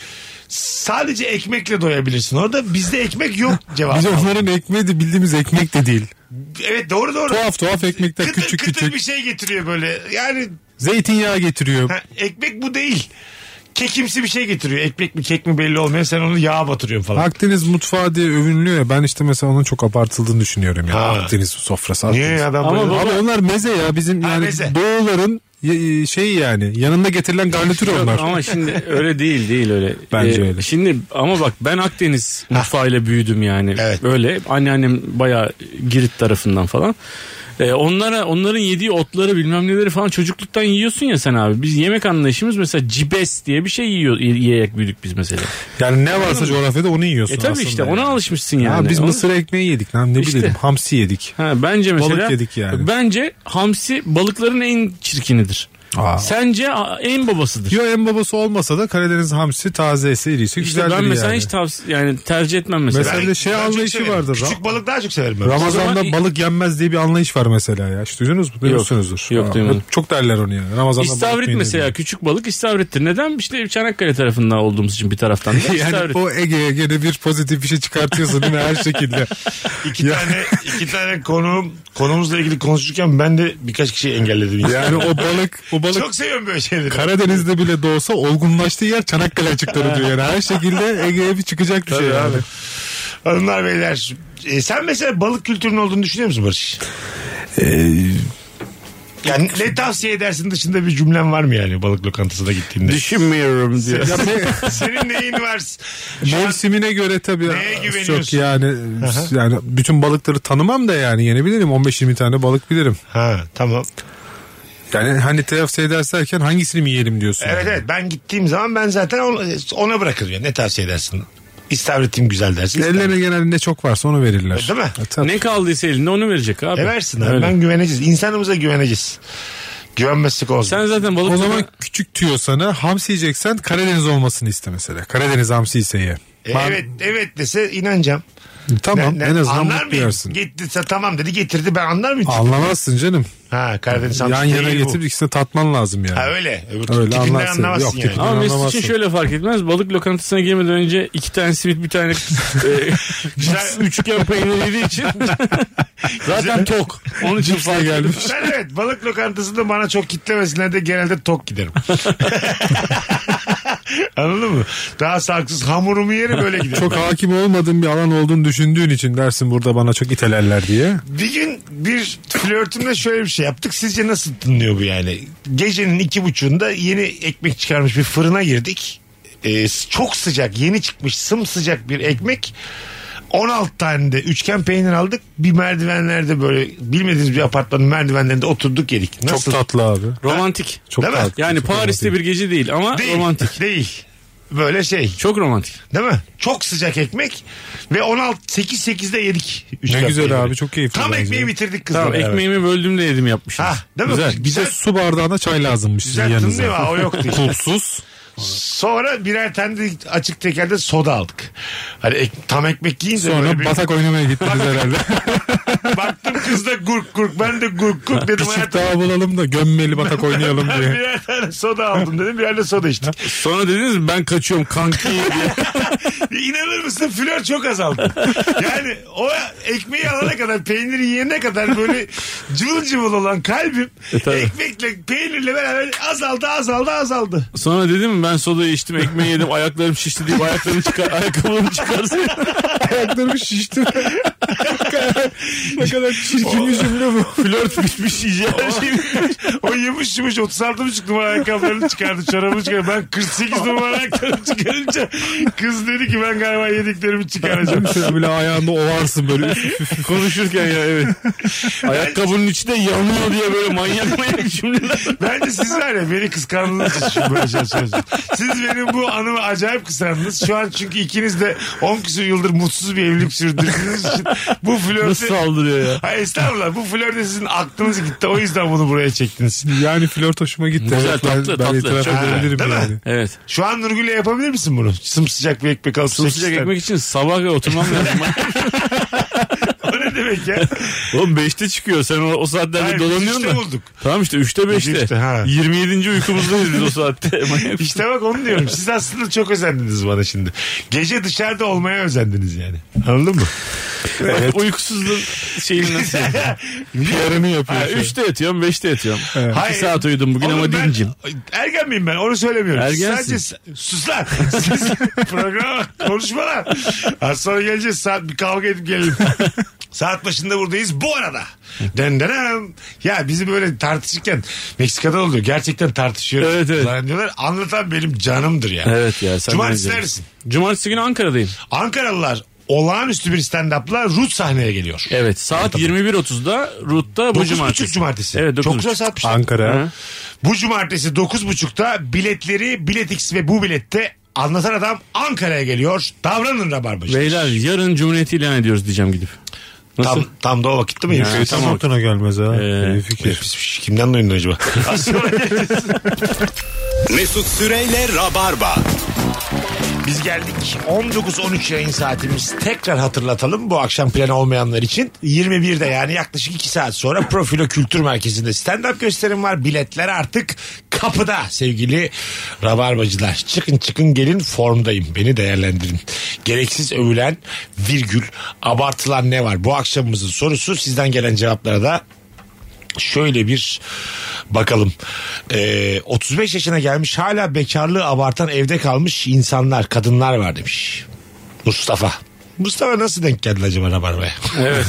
sadece ekmekle doyabilirsin. Orada bizde ekmek yok cevabı. Biz onların ekmeği de bildiğimiz ekmek de değil. Evet doğru. Tuhaf ekmekler Kıtır küçük kıtır küçük. bir şey getiriyor böyle. Yani Zeytinyağı getiriyor. ekmek bu değil. Kekimsi bir şey getiriyor. Ekmek mi kek mi belli olmuyor. Sen onu yağa batırıyorsun falan. Akdeniz mutfağı diye övünülüyor ya. Ben işte mesela onun çok abartıldığını düşünüyorum ya. Ha. Akdeniz sofrası. Niye Akdeniz. adam Ama böyle? baba- Abi onlar meze ya. Bizim Ha, yani meze. doğuların şey yani yanında getirilen garnitür Yok, onlar. ama şimdi öyle değil öyle. Bence öyle. Şimdi ama bak ben Akdeniz mutfağıyla büyüdüm yani. Evet. Öyle anneannem bayağı Girit tarafından falan. Onların yediği otları bilmem neleri falan çocukluktan yiyorsun ya sen abi. Biz yemek anlayışımız mesela cibes diye bir şey yiyerek büyüdük biz mesela. Yani ne varsa coğrafyada onu yiyorsun Tabii aslında işte yani. ona alışmışsın yani. Ya biz Onu- mısır ekmeği yedik lan ne İşte. bileyim hamsi yedik. Bence mesela Balık yedik yani. Bence hamsi balıkların en çirkinidir. Aa. Sence en babasıdır. Yo en babası olmasa da Karadeniz hamsi tazesi irisi İşte güzeldir ben mesela yani. hiç yani tercih etmem mesela. Mesela bir de şey Ben çok anlayışı severim. vardır. Küçük balık daha çok severim ben. Ramazan'da O zaman- balık yenmez diye bir anlayış var mesela ya. Hiç duydunuz mu? Duymuşsunuzdur. Yok, duymadım. Çok derler onu yani. Ramazan'da balık İstavrit yenir mesela diye. küçük balık istavrittir. Neden? İşte Çanakkale tarafından olduğumuz için bir taraftan da Yani istavrit. o Ege'ye gene bir pozitif bir şey çıkartıyorsun değil mi her şekilde. İki tane konumuzla ilgili konuşurken ben de birkaç kişiyi engelledim. Yani o balık Çok seviyorum böyle şeyleri. Karadeniz'de bile de olsa olgunlaştığı yer Çanakkale açıkları diyor. Yani her şekilde Ege'ye bir çıkacak bir şey yani. Hanımlar beyler sen mesela balık kültürünün olduğunu düşünüyor musun Barış? Yani ne tavsiye edersin dışında bir cümlen var mı yani balık lokantasına gittiğinde? Düşünmüyorum diyor. Senin neyin var? Şu an Mevsimine göre tabii neye çok güveniyorsun? yani bütün balıkları tanımam da yani yine bilirim 15-20 tane balık bilirim. Ha tamam. Yani hani tavsiye edersen hangisini mi yiyelim diyorsun? Evet evet, ben gittiğim zaman ben zaten ona bırakırım yani. Ne tavsiye edersin? İstavritim güzel dersin. Ellerine genelde ne çok varsa onu verirler. Değil mi? Tabii. Ne kaldıysa elinde onu verecek abi. Versin abi. Öyle. Ben güveneceğiz. İnsanımıza güveneceğiz. Güvenmezlik olsun. Sen zaten balık O zaman küçük tüyo sana, hamsi yiyeceksen Karadeniz olmasını iste mesela. Karadeniz hamsi ise ye. Evet dese inanacağım. Tamam, en azından anlar mutlu mıyım? yersin. Gittiyse tamam dedi getirdi, ben anlar mıyım? Anlamazsın canım. Ha, Karadeniz hamsi Yan yana değil bu. getirip ikisini tatman lazım yani. Ha öyle. Öyle Tipinden anlarsın. anlamazsın Yok, yani. tipinden Ama Mesut için anlamazsın. şöyle fark etmez. Balık lokantasına girmeden önce 2 tane simit, bir tane üçgen peynir yediği için zaten tok. Onun için fark gelmiş. Ben evet, balık lokantasında bana çok kitlemesinler de genelde tok giderim. Anladın mı? Daha sağlıksız hamurumu yerim, öyle giderim. Çok hakim olmadığın bir alan olduğunu düşündüğün için dersin burada bana çok itelerler diye. Bir gün bir flörtümle şöyle bir şey yaptık. Sizce nasıl tınlıyor bu yani? Gecenin 2.30'unda yeni ekmek çıkarmış bir fırına girdik. Çok sıcak, yeni çıkmış sımsıcak bir ekmek. 16 tane de üçgen peynir aldık. Bir merdivenlerde, böyle bilmediğimiz bir apartmanın merdivenlerinde oturduk yedik. Nasıl? Çok tatlı abi. Romantik. Çok Değil mi? tatlı. Yani çok Paris'te romantik. bir gece değil ama Değil. romantik. Değil. Böyle şey. Çok romantik. Değil mi? Çok sıcak ekmek ve 8-8'de yedik. Ne güzel abi, çok keyifli. Tam bence. ekmeği bitirdik kızla. Tamam, beraber. ekmeğimi böldüğümde yedim yapmışım. Ha, değil mi? Güzel. Bir de su bardağına çay lazımmış sizin Güzel yanınıza. tınlıyor ama o yoktu işte. Kulpsuz. Sonra birer tane de açık tekerde soda aldık. Hani tam ekmek yiyince böyle Sonra bir... batak oynamaya gittiniz herhalde. Baktım kız da gurk gurk, ben de gurk gurk dedim. Küçük daha bulalım da gömmeli batak oynayalım Ben diye. birer tane soda aldım dedim, birer de soda içtik. Sonra dediniz mi ben kaçıyorum kanki diye. İnanır mısın, flör çok azaldı. Yani o ekmeği alana kadar, peyniri yiyene kadar böyle cıvıl cıvıl olan kalbim tabii. ekmekle peynirle beraber azaldı. Sonra dedim mi ben sodayı içtim, ekmeği yedim, ayaklarım şişti diye ayakkabılarımı çıkarsın. Ayaklarım şişti. Ne kadar çirkin bir cümle bu. Flört bitmiş yiyeceğim her şey bitmiş. O yemiş 36,5 numara ayakkabılarını çıkardı, çorabını çıkardı. Ben 48 numara ayakkabılarını çıkarınca kız dedi ki ben galiba yediklerimi çıkaracağım. Şöyle böyle ayağında ovarsın böyle. Konuşurken ya, evet. Ayakkabının içi de yanıyor diye böyle manyak cümleler. Bence siz var ya, beni kıskandınız için böyle şey söylüyorsunuz. Siz benim bu anımı acayip kıskandınız. Şu an çünkü ikiniz de 10 küsur yıldır mutsuz bir evlilik sürdürdüğünüz için bu flörte... Nasıl saldırıyor ya? Hayır estağfurullah, bu flörte sizin aklınız gitti. O yüzden bunu buraya çektiniz. Yani flört hoşuma gitti. Güzel, Evet, tatlı, ben tatlı. itiraf Çok edebilirim değil mi? yani. Evet. Şu an Nurgül'le yapabilir misin bunu? Sımsıcak bir ekmek alıp Sımsıcak ekmek için sabah ve oturmam lazım. O ne demek ya? Oğlum 5'te çıkıyor. Sen o saatlerde Hayır, biz dolanıyorsun üçte da. bulduk. Tamam işte 3'te 5'te. Üçte, ha. 27. uykumuzdayız biz o saatte. İşte bak onu diyorum. Siz aslında çok özendiniz bana şimdi. Gece dışarıda olmaya özendiniz yani. Anladın mı? Evet. Uykusuzluğun şeyini nasıl yapıyorsun? Yarını yapıyor. 3'te yatıyorum, 5'te yatıyorum. 2 saat uyudum bugün Oğlum ama ben- dincim. Ergen miyim ben? Onu söylemiyorum. Ergensin. Sadece sus lan. Siz programa konuşma lan. Az sonra geleceğiz. Saat bir kavga edip gelelim. Saat başında buradayız. Bu arada. Dendenem. Ya bizi böyle tartışırken Meksika'da oluyor. Gerçekten tartışıyoruz. Evet, evet. Zannediyorlar. Anlatan benim canımdır ya. Evet ya. Sen Cumartesi bence. neredesin? Cumartesi günü Ankara'dayım. Ankaralılar olağanüstü bir stand-up'la Rut sahneye geliyor. Evet, saat 21.30'da Rut'ta bu 9.30 cumartesi. cumartesi. Evet, Çok 9.30. güzel saatmiş. Ankara. Hı. Bu cumartesi 9.30'da biletleri Biletix ve bu bilette Anlatan Adam Ankara'ya geliyor. Davranın Rabarbacı. Beyler yarın Cumhuriyeti ilan ediyoruz diyeceğim gidip. Nasıl? Tam da o vakitte mi? Ya, Şey, Tam tamam. aklına gelmez ha. İyi fikir. Kimden duyundun acaba? Az sonra geleceğiz. Mesut Süreyle Rabarba. Biz geldik. 19-13 yayın saatimiz. Tekrar hatırlatalım bu akşam planı olmayanlar için. 21'de yani yaklaşık 2 saat sonra Profilo Kültür Merkezi'nde stand-up gösterim var. Biletler artık kapıda sevgili Rabarbacılar. Çıkın gelin, formdayım. Beni değerlendirin. Gereksiz övülen virgül abartılan ne var? Bu akşamımızın sorusu. Sizden gelen cevaplara da şöyle bir bakalım. 35 yaşına gelmiş hala bekarlığı abartan evde kalmış insanlar, kadınlar var demiş Mustafa. Mustafa nasıl denk geldi acaba Rabarba'ya? Evet.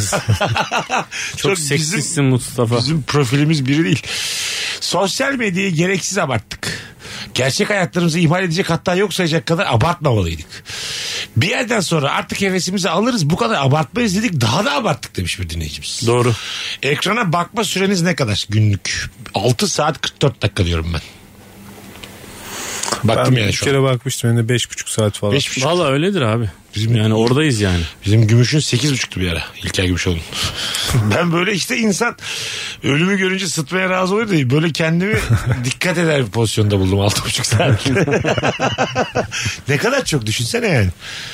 Çok seksistsin Mustafa. Bizim profilimiz biri değil. Sosyal medyayı gereksiz abarttık. Gerçek hayatlarımızı ihmal edecek, hatta yok sayacak kadar abartmamalıydık. Bir yerden sonra artık hevesimizi alırız, bu kadar abartmayız dedik, daha da abarttık demiş bir dinleyicimiz. Doğru. Ekrana bakma süreniz ne kadar günlük? 6 saat 44 dakika diyorum ben. Baktım Ben yani bir şu an. kere bakmıştım. Yani 5,5 saat falan. 5,5. Valla öyledir abi. Yani oradayız yani. Bizim Gümüş'ün 8,5'tu bir ara. İlker Gümüşoğlu'nun. Ben böyle işte insan ölümü görünce sıtmaya razı oluyor da böyle kendimi dikkat eder bir pozisyonda buldum 6,5 saat. Ne kadar çok düşünsene yani.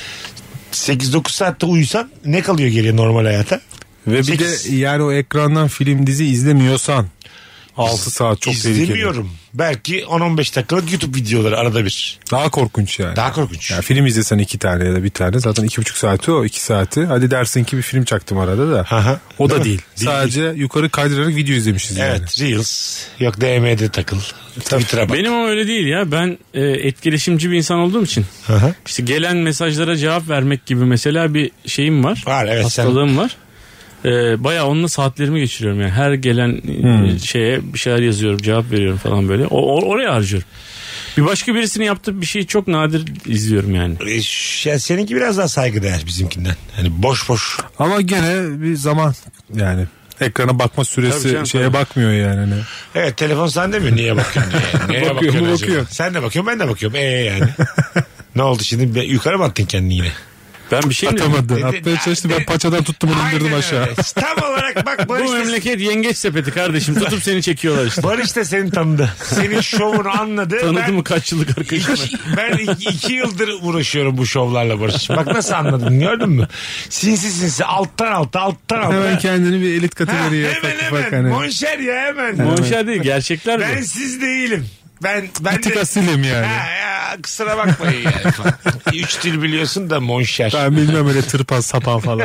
8-9 saatte uyusan ne kalıyor geriye normal hayata? Ve bir 8. de yani o ekrandan film dizi izlemiyorsan 6 saat çok tehlikeli. İzlemiyorum. Belki 10-15 dakikalık YouTube videoları arada bir. Daha korkunç yani. Daha korkunç. Ya film izlesen 2 tane ya da bir tane zaten 2,5 saati o 2 saati. Hadi dersin ki bir film çaktım arada da. Aha. O da Değil mi? değil. Sadece yukarı kaydırarak video izlemişiz yani. Evet, Reels. Yok DM'de takıl. Twitter'a bak. Benim ama öyle değil ya. Ben etkileşimci bir insan olduğum için. Aha. İşte gelen mesajlara cevap vermek gibi mesela bir şeyim var. Var, evet, hastalığım var. Bayağı onunla saatlerimi geçiriyorum yani. Her gelen şeye bir şeyler yazıyorum, cevap veriyorum falan böyle. Oraya harcıyorum. Bir başka birisinin yaptığı bir şeyi çok nadir izliyorum yani. Ya seninki biraz daha saygıdeğer bizimkinden. Hani boş boş. Ama gene bir zaman yani. Ekrana bakma süresi Tabii canım, şeye tabii. bakmıyor yani. Evet, telefon sen demiyor niye bakıyorsun diye. Neye Bakıyor, bakıyorsun bakıyor. acaba? Sen de bakıyorsun, ben de bakıyorum. Yani. Ne oldu şimdi? Yukarı mı attın kendini yine? Ben bir şey mi dedim? Atamadı. Atmaya çalıştı, ben paçadan tuttum onu indirdim Aynen aşağı. öyle. Tam olarak bak Barış Bu da, memleket yengeç sepeti kardeşim. Tutup seni çekiyorlar işte. Barış da seni tanıdı. Senin şovunu anladı. Tanıdı mı kaç yıllık arkadaşım? Ben 2 yıldır uğraşıyorum bu şovlarla Barış. Bak nasıl anladın, gördün mü? Sinsi alttan Hemen kendini bir elit kategoriye hemen hani. monşer ya hemen. Monşer değil, gerçekler bu. Ben siz değilim. Ben Bir tık de... asilim yani. Ya, kusura bakmayın yani. 3 dil biliyorsun da monşer. Ben bilmem öyle tırpan sapan falan.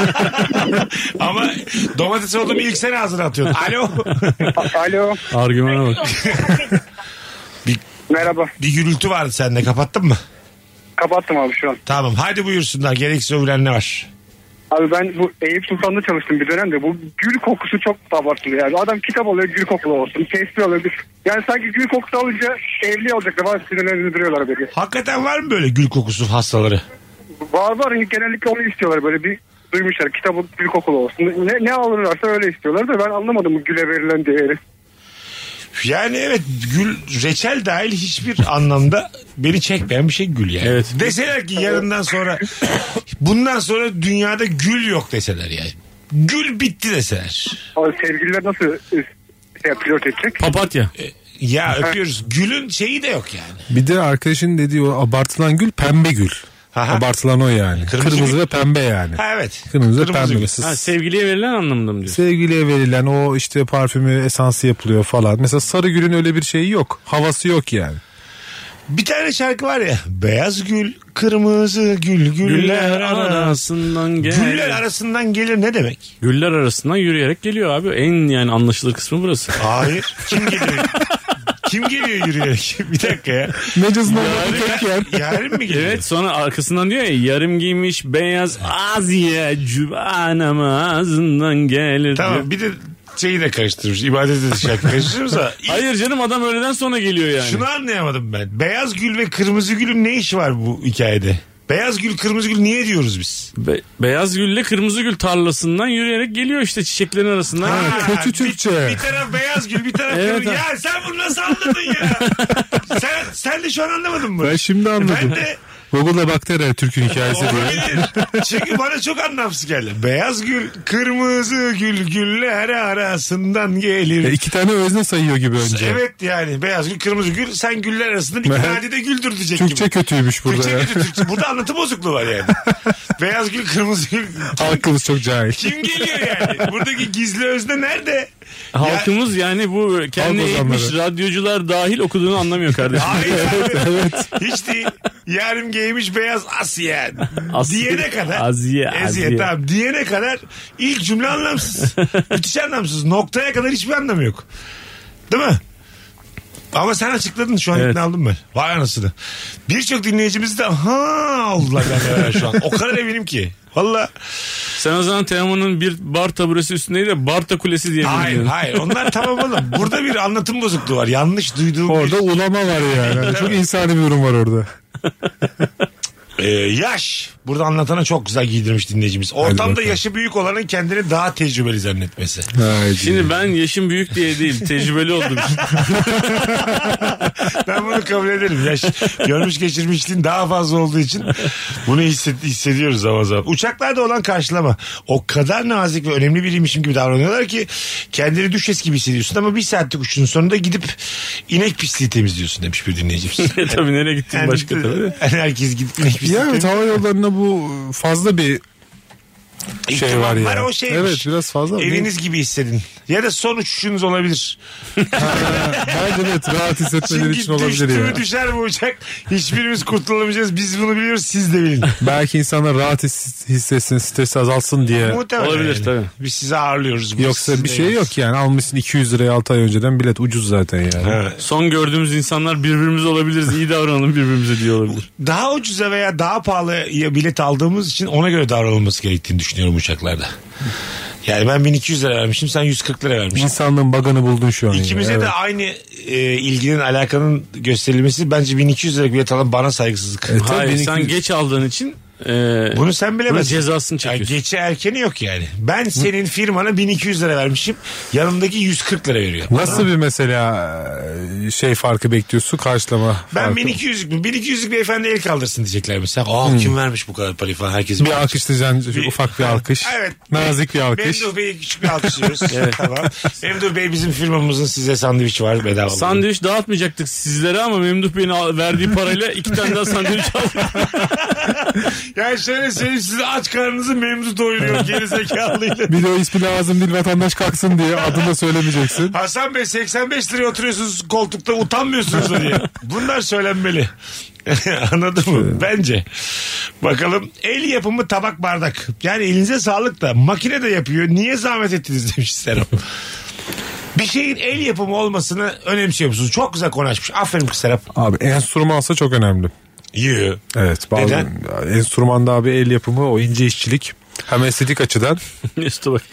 Ama domates olduğumu ilk sen ağzına atıyorsun. Alo. Alo. Argümana bak. Merhaba. Bir gürültü vardı sende, kapattın mı? Kapattım abi şu an. Tamam, hadi buyursunlar, gereksiz övülen ne var? Abi ben bu Eyüp Sultan'da çalıştım bir dönemde. Bu gül kokusu çok abartılı yani. Adam kitap alıyor, gül kokulu olsun. Tespih alıyor. Yani sanki gül kokusu alınca evli olacaklar. Var, sinirlerini duruyorlar böyle. Hakikaten var mı böyle gül kokusu hastaları? Var. Genellikle onu istiyorlar böyle bir. Duymuşlar kitabı gül kokulu olsun. Ne alırlarsa öyle istiyorlar da ben anlamadım bu güle verilen değeri. Yani evet, gül, reçel dahil hiçbir anlamda beni çekmeyen bir şey gül yani. Evet. Deseler ki yarından sonra, bundan sonra dünyada gül yok deseler yani. Gül bitti deseler. Abi sevgililer nasıl pilot edecek? Papatya. Ya öpüyoruz. Gülün şeyi de yok yani. Bir de arkadaşın dediği o abartılan gül pembe gül. Aha. Abartılan o yani. Kırmızı Kırmızı gül. ve pembe yani. Ha evet. Kırmızı ve pembe. gül. Mesela Sevgiliye verilen anlamında mı diyorsun? sevgiliye verilen o işte parfümü, esansı yapılıyor falan. Mesela sarı gülün öyle bir şeyi yok. Havası yok yani. Bir tane şarkı var ya. Beyaz gül, kırmızı gül, güller arasından gelir. Güller arasından gelir ne demek? Güller arasından yürüyerek geliyor abi. En yani anlaşılır kısmı burası. Hayır. Kim geliyor? Kim geliyor yürüyerek? Bir dakika ya. Mecazından tek yer. Yarın mı geliyor? Evet, sonra arkasından diyor ya, yarım giymiş beyaz Aziye cübanam ağzından gelir diyor. Tamam, bir de şeyi de karıştırmış. İbadete de şarkı karıştırırsa. Hayır canım, adam öğleden sonra geliyor yani. Şunu anlayamadım ben. Beyaz gül ve kırmızı gülün ne işi var bu hikayede? Beyaz gül, kırmızı gül niye diyoruz biz? Beyaz gülle kırmızı gül tarlasından yürüyerek geliyor işte çiçeklerin arasından. Kötü Türkçe. Bir taraf beyaz gül, bir taraf Evet, kırmızı. abi. Ya sen bunu nasıl anladın ya? sen de şu an anlamadın mı? Ben şimdi anladım. Ben de Google'da baktı herhalde Türk'ün hikayesi diye. olabilir. Çünkü bana çok anlamsız geldi. Beyaz gül, kırmızı gül, güller arasından gelir. 2 tane özne sayıyor gibi önce. Evet yani beyaz gül, kırmızı gül, sen güller arasından iki nadide güldür diyecek Türkçe gibi. kötüymüş burada Türkçe ya. kötü, Türkçe. Burada anlatım bozukluğu var yani. Beyaz gül, kırmızı gül. Halkımız çok cahil. Kim geliyor yani? Buradaki gizli özne nerede? Halkımız yani bu kendi Halk eğitmiş ozanları. radyocular dahil okuduğunu anlamıyor kardeşim. Hayır abi. Hiç değil. Yarım giymiş beyaz Asya. Asya. Diyene kadar. Aziye. Tamam. Diyene kadar ilk cümle anlamsız. Müthiş anlamsız. Noktaya kadar hiçbir anlamı yok. Değil mi? Ama sen açıkladın, şu an Evet. ikna aldım ben. Vay anasını. Birçok dinleyicimiz de ha oldular yani şu an. O kadar eminim ki. Valla. Sen o zaman Teoman'ın bir bar taburesi üstündeydi de Barta Kulesi diye Hayır biliyorsun. hayır, onlar tamam oğlum. Burada bir anlatım bozukluğu var. Yanlış duyduğum Orada ulama var yani. Çok insani bir durum var orada. yaş. Burada anlatana çok güzel giydirmiş dinleyicimiz. Ortamda bakalım. yaşı büyük olanın kendini daha tecrübeli zannetmesi. Şimdi ben yaşım büyük diye değil, tecrübeli oldum. Ben bunu kabul ederim. Yaş görmüş geçirmişliğin daha fazla olduğu için bunu hissediyoruz zaman zaman. Uçaklarda olan karşılama. O kadar nazik ve önemli biriymişim gibi davranıyorlar ki kendini düşes gibi hissediyorsun ama bir saatlik uçuşun sonunda gidip inek pisliği temizliyorsun demiş bir dinleyicimiz. Tabii nereye gittin başka tabii. Yani herkes gidip inek pisliği Ya evet, temizliyor. hava yollarında bu fazla bir şey var İhtimal ya. o şeymiş. Evet, biraz fazla var. Eviniz gibi hissedin. Ya da son uçuşunuz olabilir. Bence evet, rahat hissetmeleri Çünkü için olabilir düştü mü ya. düşer bu uçak. Hiçbirimiz kurtulamayacağız. Biz bunu biliyoruz, siz de bilin. Belki insanlar rahat hissetsin, stresi azalsın diye. Muhtemelen Olabilir, yani. tabii. Biz sizi ağırlıyoruz. Biz Yoksa siz bir de şey yiyoruz. yok yani. Almışsın 200 liraya 6 ay önceden bilet, ucuz zaten yani. Evet. Son gördüğümüz insanlar birbirimiz olabiliriz. İyi davranalım birbirimize diye olabilir. Daha ucuza veya daha pahalıya bilet aldığımız için ona göre davranılması gerektiğini düşünüyorum uçaklarda. Yani ben 1200 lira vermişim, sen 140 lira vermişsin. İnsanlığın bug'ını buldun şu an. İkimize yani. de aynı ilginin, alakanın gösterilmesi bence 1200 lira bilet alan bana saygısızlık. Tabii Hayır, 1200 sen geç aldığın için Bunu sen bilemezsin. bunun cezasını Ya çekiyorsun. geçe erkeni yok yani. Ben senin firmana 1200 lira vermişim. Yanımdaki 140 lira veriyor. Nasıl bir mesela şey farkı bekliyorsun, karşılama Ben farkı? 1200'lük mü? 1200'lük beyefendi el kaldırsın diyecekler mesela. Kim vermiş bu kadar parayı falan, herkes. Bir alkışlayacaksın, ufak bir alkış. Evet. Nazik bir alkış. Memduh Bey'i küçük bir alkışlıyoruz. Tamam. Memduh Bey, bizim firmamızın size sandviç var bedava. Sandviç dağıtmayacaktık sizlere ama Memduh Bey'in verdiği parayla 2 tane daha sandviç aldık. Yani şöyle söyleyeyim, size aç karnınızı Memduh doyuruyor gerizekalıyla. Bir de o ismi lazım değil, vatandaş kalksın diye adını da söylemeyeceksin. Hasan Bey 85 liraya oturuyorsunuz koltukta, utanmıyorsunuz da diye. Bunlar söylenmeli. Anladın mı? Bence. Bakalım, el yapımı tabak bardak. Yani elinize sağlık da makine de yapıyor. Niye zahmet ettiniz demiş Serap. Bir şeyin el yapımı olmasını önemsiyor musunuz? Çok güzel konuşmuş. Aferin kız Serap. Abi enstrümansa çok önemli. Yiyor. Evet. Neden? Enstrümanda abi el yapımı, o ince işçilik. Hem estetik açıdan. Mesut'a bak.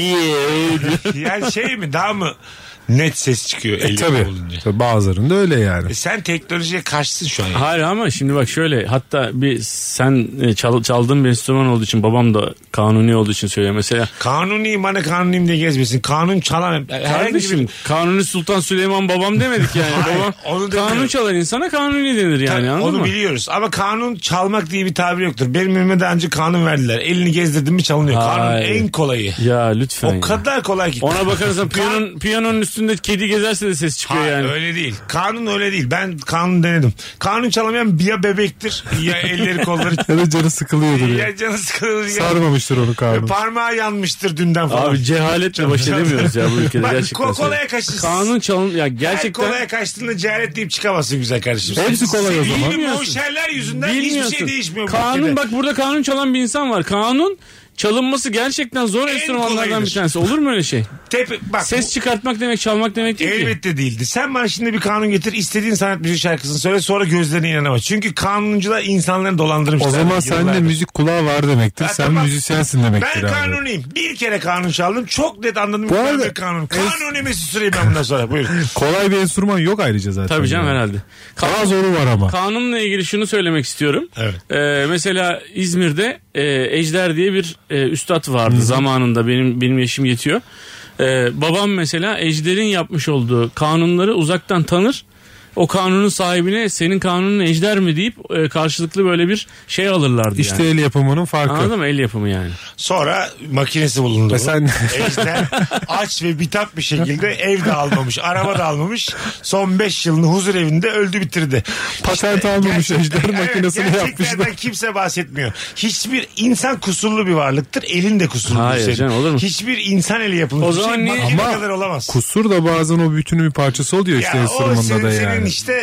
Yeah. Yani şey mi, daha mı net ses çıkıyor el Tabii. yapımı olunca? Tabii bazılarında öyle yani. Sen teknolojiye karşısın şu an. Yani. Hayır ama şimdi bak şöyle, hatta bir sen çaldığın bir enstrüman olduğu için, babam da kanuni olduğu için söylüyor mesela. Kanuniyim, bana kanuniyim diye gezmesin. Kanun çalan herhangi Kardeşim bir... Kanuni Sultan Süleyman babam demedik yani. Hayır, Babam onu kanun demiyorum. çalan insana kanuni denir yani, anladın Onu mı? biliyoruz ama kanun çalmak diye bir tabir yoktur. Benim önüme daha önce kanun verdiler. Elini gezdirdin mi çalınıyor. Kanun Hayır. en kolayı. Ya lütfen. O ya. kadar kolay ki. Ona bakarsan piyanonun üstünde kedi gezerse de ses çıkıyor Hayır, yani. öyle değil. Kanun öyle değil. Ben kanun denedim. Kanun çalamayan ya bebektir ya elleri kolları Ya da canı sıkılıyordur ya. ya canı sıkılır ya Sarmamıştır onu kanun. parmağı yanmıştır dünden falan. Abi cehaletle baş edemiyoruz ya bu ülkede Bak, gerçekten. kolaya kaçtın. Kanun çalın ya Her gerçekten. kolaya kaçtığında cehalet deyip çıkamazsın güzel kardeşim. Hepsi kolay o zaman. Bilmiyorum, o şeyler yüzünden hiçbir şey değişmiyor. bu Kanun ülkede. bak, burada kanun çalan bir insan var. Kanun çalınması gerçekten zor enstrümanlardan kolayıdır. bir tanesi. Olur mu öyle şey? Bak, Ses çıkartmak demek, çalmak demek değil ki. elbette değildi. Sen bana şimdi bir kanun getir, istediğin sanat müziği şarkısını söyle, sonra gözlerine inanamaz. Çünkü kanuncular insanları dolandırmışlar. O zaman sende yıllardır. müzik kulağı var demektir. Ha, Sen tamam. müzisyensin demektir Ben abi. kanuniyim. Bir kere kanun çaldım. Çok net anladım. Bu Ben arada- bir kanun. Kanuni Mesut Süreyi ben bundan sonra. Buyurun. Kolay bir enstrüman yok ayrıca zaten. Tabii canım, yani. herhalde. Daha zoru var ama. Kanunla ilgili şunu söylemek istiyorum. Evet. Mesela İzmir'de Ejder diye bir üstad vardı zamanında, benim yaşım yetiyor. Babam mesela Ejder'in yapmış olduğu kanunları uzaktan tanır. O kanunun sahibine senin kanunun Ejder mi deyip karşılıklı böyle bir şey alırlardı İşte yani. el yapımının farkı. Anladın mı? El yapımı yani. Sonra makinesi bulundu. Mesela- Ejder aç ve bitap bir şekilde ev de almamış, araba da almamış. Son 5 yılını huzur evinde öldü bitirdi. Patent almamış, ejder makinesini gerçeklerden yapmışlar. kimse bahsetmiyor. Hiçbir insan kusurlu bir varlıktır. Elin de kusurlu. Hayır senin. canım, olur mu? Hiçbir insan eli yapılmış. O bir zaman şey niye- makine Ama kadar olamaz. Kusur da bazen o bütünün bir parçası oluyor işte Ya o enstrümanda senin da yani. işte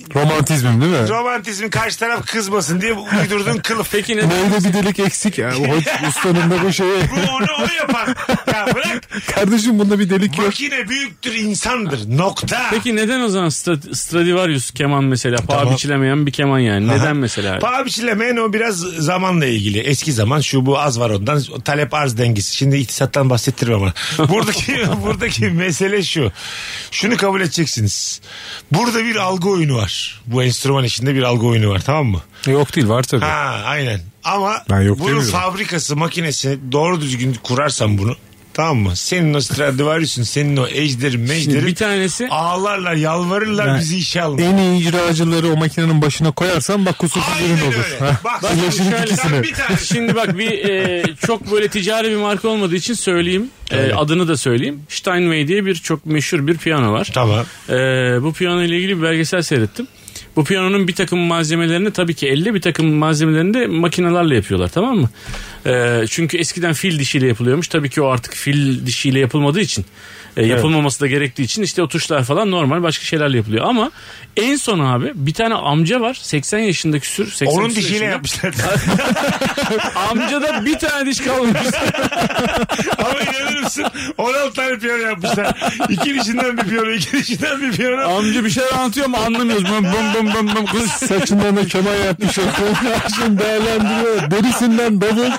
Romantizmim değil mi? Romantizmin karşı taraf kızmasın diye uydurduğun kılıf. Peki ne? Neyde bir delik eksik ya. Ustanın da bu şeyi. Onu o yapar. Ya bırak. Kardeşim bunda bir delik yok. Makine büyüktür insandır. Nokta. Peki neden o zaman Stradivarius keman mesela? Paha Tamam. biçilemeyen bir keman yani. Neden mesela? Paha biçilemeyen o biraz zamanla ilgili. Eski zaman şu bu az var ondan. Talep arz dengesi. Şimdi iktisattan bahsettirme bana. Buradaki mesele şu. Şunu kabul edeceksiniz. Burada bir algı oyunu var. Bu enstrüman içinde bir algı oyunu var, tamam mı? Yok değil, var tabii. Ha, aynen. Ama Ben yok bunun demiyorum. fabrikası, makinesi doğru düzgün kurarsan bunu, tamam mı? Senin o Stradivarius'un, senin o ejderin, mejderin Bir tanesi ağlarlar, yalvarırlar, Yani bizi işe alın. En iyi icracıları o makinenin başına koyarsan bak kusursuz ürün Aynen olur. öyle. Hah, Bak, birleştirin şöyle- ikisini. Sen bir tane Şimdi bak çok böyle ticari bir marka olmadığı için söyleyeyim. Adını da söyleyeyim. Steinway diye bir çok meşhur bir piyano var. Tamam. Bu piyano ile ilgili bir belgesel seyrettim. Bu piyanonun bir takım malzemelerini tabii ki elle, bir takım malzemelerini de makinelerle yapıyorlar, tamam mı? Çünkü eskiden fil dişiyle yapılıyormuş. Tabii ki o artık fil dişiyle yapılmadığı için, yapılmaması da gerektiği için işte o tuşlar falan normal başka şeylerle yapılıyor. Ama en son abi bir tane amca var, 80 yaşında küsür. 80 onun küsür dişiyle yaşında. yapmışlar. Amcada bir tane diş kalmış. Ama inanır mısın? 16 tane piyano yapmışlar. 2 dişinden bir piyano, 2 dişinden bir piyano. Amca bir şeyler anlatıyor ama anlamıyoruz. Bum. Kız Saçından da keman yapmış. Şimdi değerlendiriyor. Derisinden davul.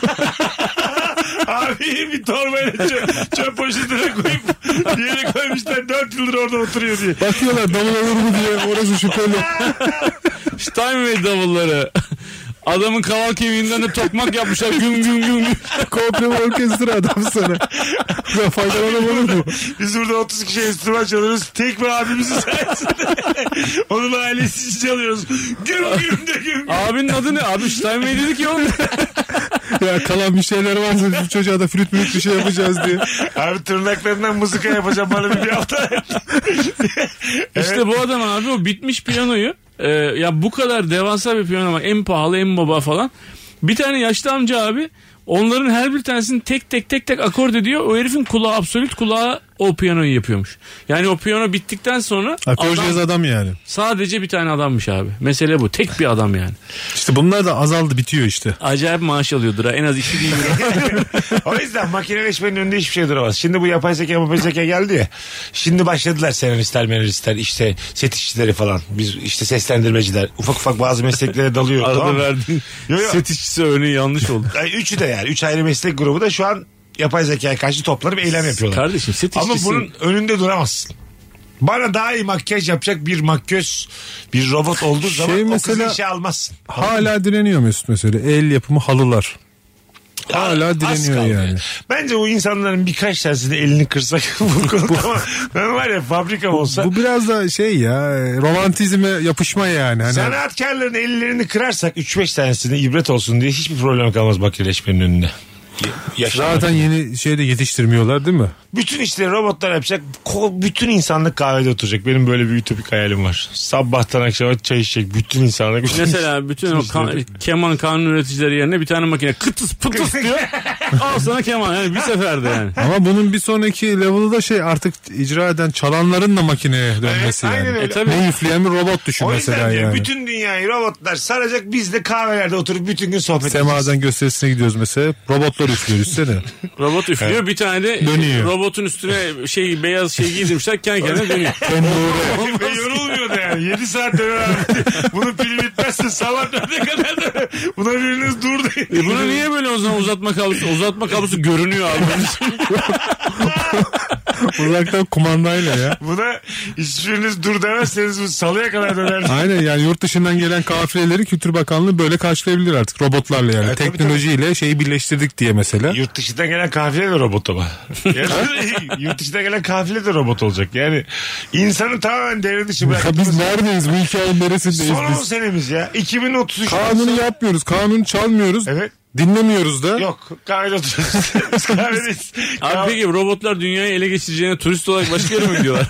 Abi bir torbayla çöp poşetine koyup bir yere koymuşlar, 4 yıldır orada oturuyor diye. Bakıyorlar davul olur mu diye. Orası şüpheli. Steinway davulları. Adamın kaval kemiğinden de tokmak yapmışlar. Güm. Komple bir orkestra adam sana. Ya faydalanım olur mu? Biz burada 30 kişi enstrüman çalıyoruz. Tek bir abimizin sayesinde. Onun ailesi için çalıyoruz. Güm. Abinin adı ne? Abi Steinway dedi ki oğlum. Ya kalan bir şeyler varsa bu çocuğa da flüt bir şey yapacağız diye. Abi tırnaklarından mızıka yapacağım bana bir hafta. İşte bu adam abi o bitmiş piyanoyu. Ya bu kadar devasa bir piyano var. En pahalı, en baba falan. Bir tane yaşlı amca abi onların her bir tanesini tek akord ediyor. O herifin kulağı, absolut kulağı o piyanoyu yapıyormuş. Yani o piyano bittikten sonra Akörcüyüz adam yani. sadece bir tane adammış abi. Mesele bu. Tek bir adam yani. İşte bunlar da azaldı, bitiyor işte. Acayip maaş alıyordur ha. En az 2.000 lira. O yüzden makineleşmenin önünde hiçbir şey duramaz. Şimdi bu yapay zeka geldi ya. Şimdi başladılar senaristler, işte set işçileri falan. Biz işte seslendirmeciler. Ufak bazı mesleklere dalıyor. Arada tamam mı? verdiğin Yo. set işçisi örneği yanlış oldu. Yani üçü de yani. 3 ayrı meslek grubu da şu an yapay zekaya karşı toplanıp eylem yapıyorlar. Kardeşim set Ama işçisi. bunun önünde duramazsın. Bana daha iyi makyaj yapacak bir makyöz, bir robot olduğu zaman o kızı mesela- işe almazsın. Hala direniyor Mesut mesela. El yapımı halılar. Hala Az direniyor kaldı. yani. Bence bu insanların birkaç tanesini elini kırsak bu konuda ama ben var ya fabrikam olsa Bu biraz da şey ya, romantizme yapışma yani. Hani sanatkarların ellerini kırarsak 3-5 tanesini ibret olsun diye hiçbir problem kalmaz makineleşmenin önünde. zaten yeni şeyde yetiştirmiyorlar değil mi? bütün işleri robotlar yapacak. Bütün insanlık kahvede oturacak. Benim böyle bir ütopik hayalim var. Sabahtan akşama çay içecek bütün insanlık. Mesela bütün o keman kanun üreticileri yerine bir tane makine kıtıs pıtıs diyor. Al sana keman yani bir seferde yani. Ama bunun bir sonraki level'ı da şey, artık icra eden çalanların da makineye dönmesi Evet, aynen yani. öyle. Tabii. Ne üfleyen bir robot düşün O yüzden mesela diyor, yani. bütün dünyayı robotlar saracak, biz de kahvelerde oturup bütün gün sohbet edeceğiz. Semazen gösterisine gidiyoruz mesela. Robotlar üflüyor üstsene. Robot üflüyor bir tane de Dönüyor. robotun üstüne beyaz şey giydirmişler kendi kendine dönüyor. Ve yorulmuyor da yani. 7 saat döner abi. Bunun pili bitmezse sabah ne kadar döner. Buna biriniz dur deyin. Buna niye böyle o zaman uzatma kablosu görünüyor abi. Uzaktan kumandayla ya. Buna hiçbiriniz dur demezseniz bu salıya kadar döner. Aynen yani yurt dışından gelen kafileleri Kültür Bakanlığı böyle karşılayabilir artık robotlarla yani. Evet, tabii, Teknolojiyle şeyi birleştirdik diye mesela. Yurt dışından gelen kafile de robot ama. Yani, yurt dışından gelen kafile de robot olacak. Yani insanı tamamen devre dışı Ya bıraktık. biz neredeyiz? Bu hikayenin neresindeyiz Son 10 biz? senemiz ya. 2033. Kanunu yapmıyoruz. Kanunu çalmıyoruz. Evet. Dinlemiyoruz da. Yok. Kahvede oturuyoruz. Biz kahvedeyiz. Abi peki robotlar dünyayı ele geçireceğine turist olarak başka yere mi gidiyorlar?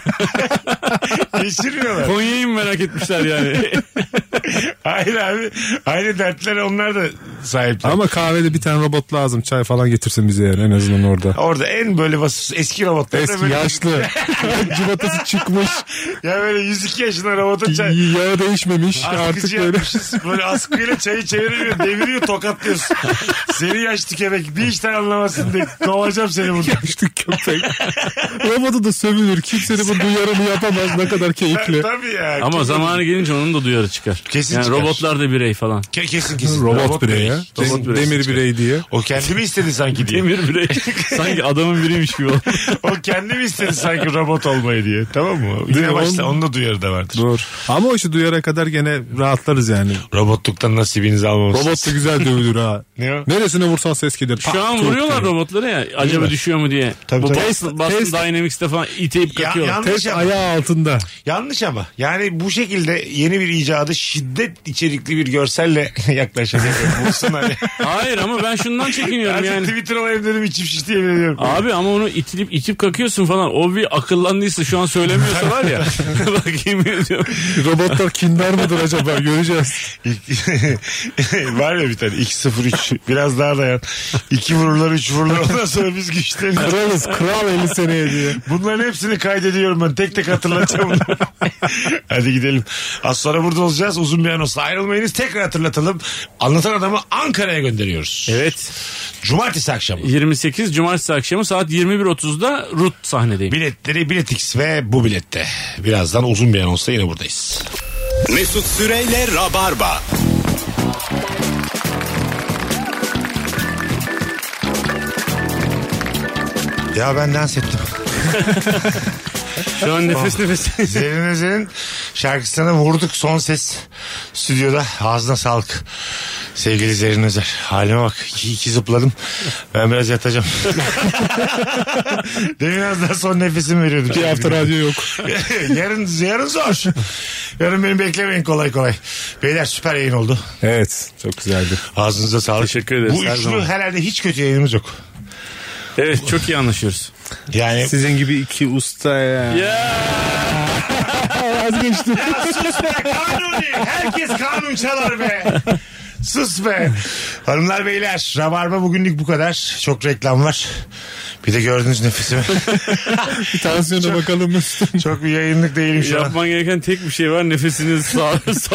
Geçirmiyorlar. Konya'yı mı merak etmişler yani? Hayır abi. Aynı dertler onlar da sahipler. Ama kahvede bir tane robot lazım. Çay falan getirsin bize yani en azından orada. Orada en böyle vasıfsız eski robotlar. Eski böyle... yaşlı. Civatası çıkmış. Ya böyle 102 yaşında robota çay. Yağı değişmemiş. Artık Askıcı böyle. yapmışız. Böyle askıyla çayı çeviriyor. Deviriyor, tokatlıyorsun. Seni yaşlı köpek. Bir işten anlamazsın diye kovacağım seni burada. Yaşlı köpek. Robotu da sövülür. Kimsenin bu duyarını yapamaz. Ne kadar keyifli. Tabii ya. Ama zamanı gelince onun da duyarı çıkar. Kesin yani çıkar. robotlar da birey falan. Kesin. Robot birey ya. Robot birey. Demir birey diye. O kendi mi istedi sanki diye. Demir birey. Sanki adamın biriymiş gibi oldu. O kendi mi istedi sanki robot olmayı diye. Tamam mı? Yine başta onun da duyarı da vardır. Doğru. Ama o işi duyara kadar gene rahatlarız yani. Robotluktan nasibinizi almamışsınız. Robot da güzel dövülür ha. Ne o? Neresine vursan ses gelir. Şu an vuruyorlar robotları ya. Acaba düşüyor mu diye. Tabii, Bu tabii. Boston Dynamics'te falan iteyip kakıyorlar. yanlış Tek ama. ayağı altında. Yanlış ama. Yani bu şekilde yeni bir icadı şiddet içerikli bir görselle yaklaşabilir. Bulsun hani. Hayır ama ben şundan çekiniyorum Artık yani. Twitter olayım dedim, içim şişti yemin ediyorum. Abi ama onu itip kakıyorsun falan. O bir akıllandıysa şu an söylemiyorsa var ya. Bak yemin ediyorum. Robotlar kindar mıdır acaba? Göreceğiz. Var ya bir tane 2-0-3 biraz daha dayan. 2 vururlar 3 vururlar ondan sonra biz güçleniyoruz. Kralız. Kral 50 seneye diye. Bunların hepsini kaydediyorum ben. Tek tek hatırlatacağım bunları. Hadi gidelim. Az sonra burada olacağız. Uzun bir anonsla ayrılmayınız. Tekrar hatırlatalım. Anlatan Adam'ı Ankara'ya gönderiyoruz. Evet. Cumartesi akşamı. 28 Cumartesi akşamı saat 21.30'da RUT sahnedeyim. Biletleri Biletix ve bu bilette. Birazdan uzun bir anonsla yine buradayız. Mesut Süreyle Rabarba. Ya ben dans ettim. Şu an nefes nefes. Zerrin Özer'in şarkısına vurduk son ses stüdyoda. Ağzına sağlık. Sevgili Zerrin Özer. Halime bak. İki zıpladım. Ben biraz yatacağım. Demin az daha son nefesimi veriyordum. Bir hafta radyo yok. yarın zor. Yarın beni beklemeyin kolay kolay. Beyler süper yayın oldu. Evet. Çok güzeldi. Ağzınıza sağlık. Teşekkür ederiz, Bu her üçlü zaman. herhalde hiç kötü yayınımız yok. Evet çok iyi anlaşıyoruz. Yani Sizin gibi iki usta ya. Vazgeçtim. sus be kanuni. Herkes kanun çalar be. Sus be. Hanımlar beyler Rabarba bugünlük bu kadar. Çok reklam var. Bir de gördünüz nefesimi. Bir tansiyona bakalım Mesut'um. Çok bir yayınlık değilim şu an. Yapman gereken tek bir şey var. Nefesiniz sağ.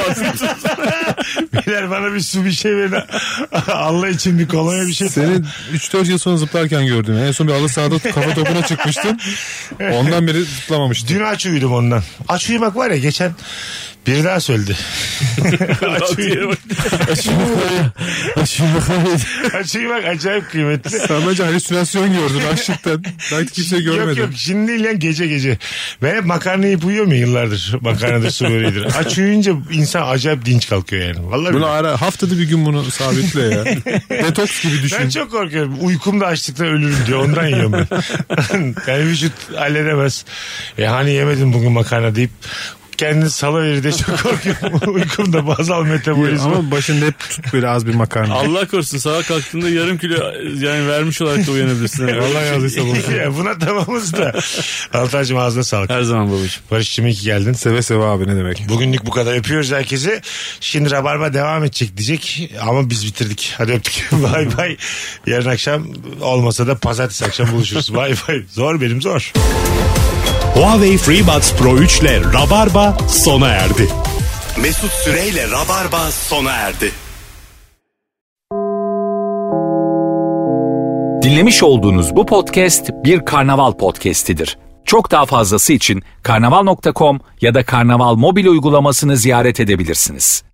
Beyler bana bir su bir şey verin. Allah için bir kolonya bir şey. Seni 3-4 yıl sonra zıplarken gördüm. En son bir halı sahada kafa topuna çıkmıştın. Ondan beri zıplamamıştım. Dün aç uyudum ondan. Aç uyumak var ya geçen biri daha söyledi. Aç uyumak acayip kıymetli. Sen bence halüsinasyon gördün açlıktan. Belki kimse görmedi. Yok şimdi değil lan gece. Ben hep makarna yiyip uyuyorum ya yıllardır. Makarnadır su böreğidir. Aç uyuyunca insan acayip dinç kalkıyor yani. Vallahi Bunu ara haftada bir gün bunu sabitle ya. Detoks gibi düşün. ben çok korkuyorum. Uykumda açlıktan ölürüm diyor. Ondan yiyorum ben. Yani vücut halledemez. Hani yemedim bugün makarna deyip kendini salıverir de çok korkuyorum. Uykumda bazal metabolizma. Ama başında hep tut böyle az bir makarna. Allah korusun sabah kalktığında yarım kilo yani vermiş olarak da uyanabilirsin. Allah yazdıysa bulsun. Ya buna tamamız da. Altar'cığım ağzına sağlık. Her zaman babacığım. Barış'cığım iyi ki geldin. Seve seve abi ne demek. Bugünlük bu kadar öpüyoruz herkesi. Şimdi Rabarba devam edecek diyecek ama biz bitirdik. Hadi öptük. Bay bay. Yarın akşam olmasa da pazartesi akşam buluşuruz. Bay bay. Zor benim zor. Huawei FreeBuds Pro 3 ile Rabarba sona erdi. Mesut Süreyle Rabarba sona erdi. Dinlemiş olduğunuz bu podcast bir karnaval podcastidir. Çok daha fazlası için karnaval.com ya da karnaval mobil uygulamasını ziyaret edebilirsiniz.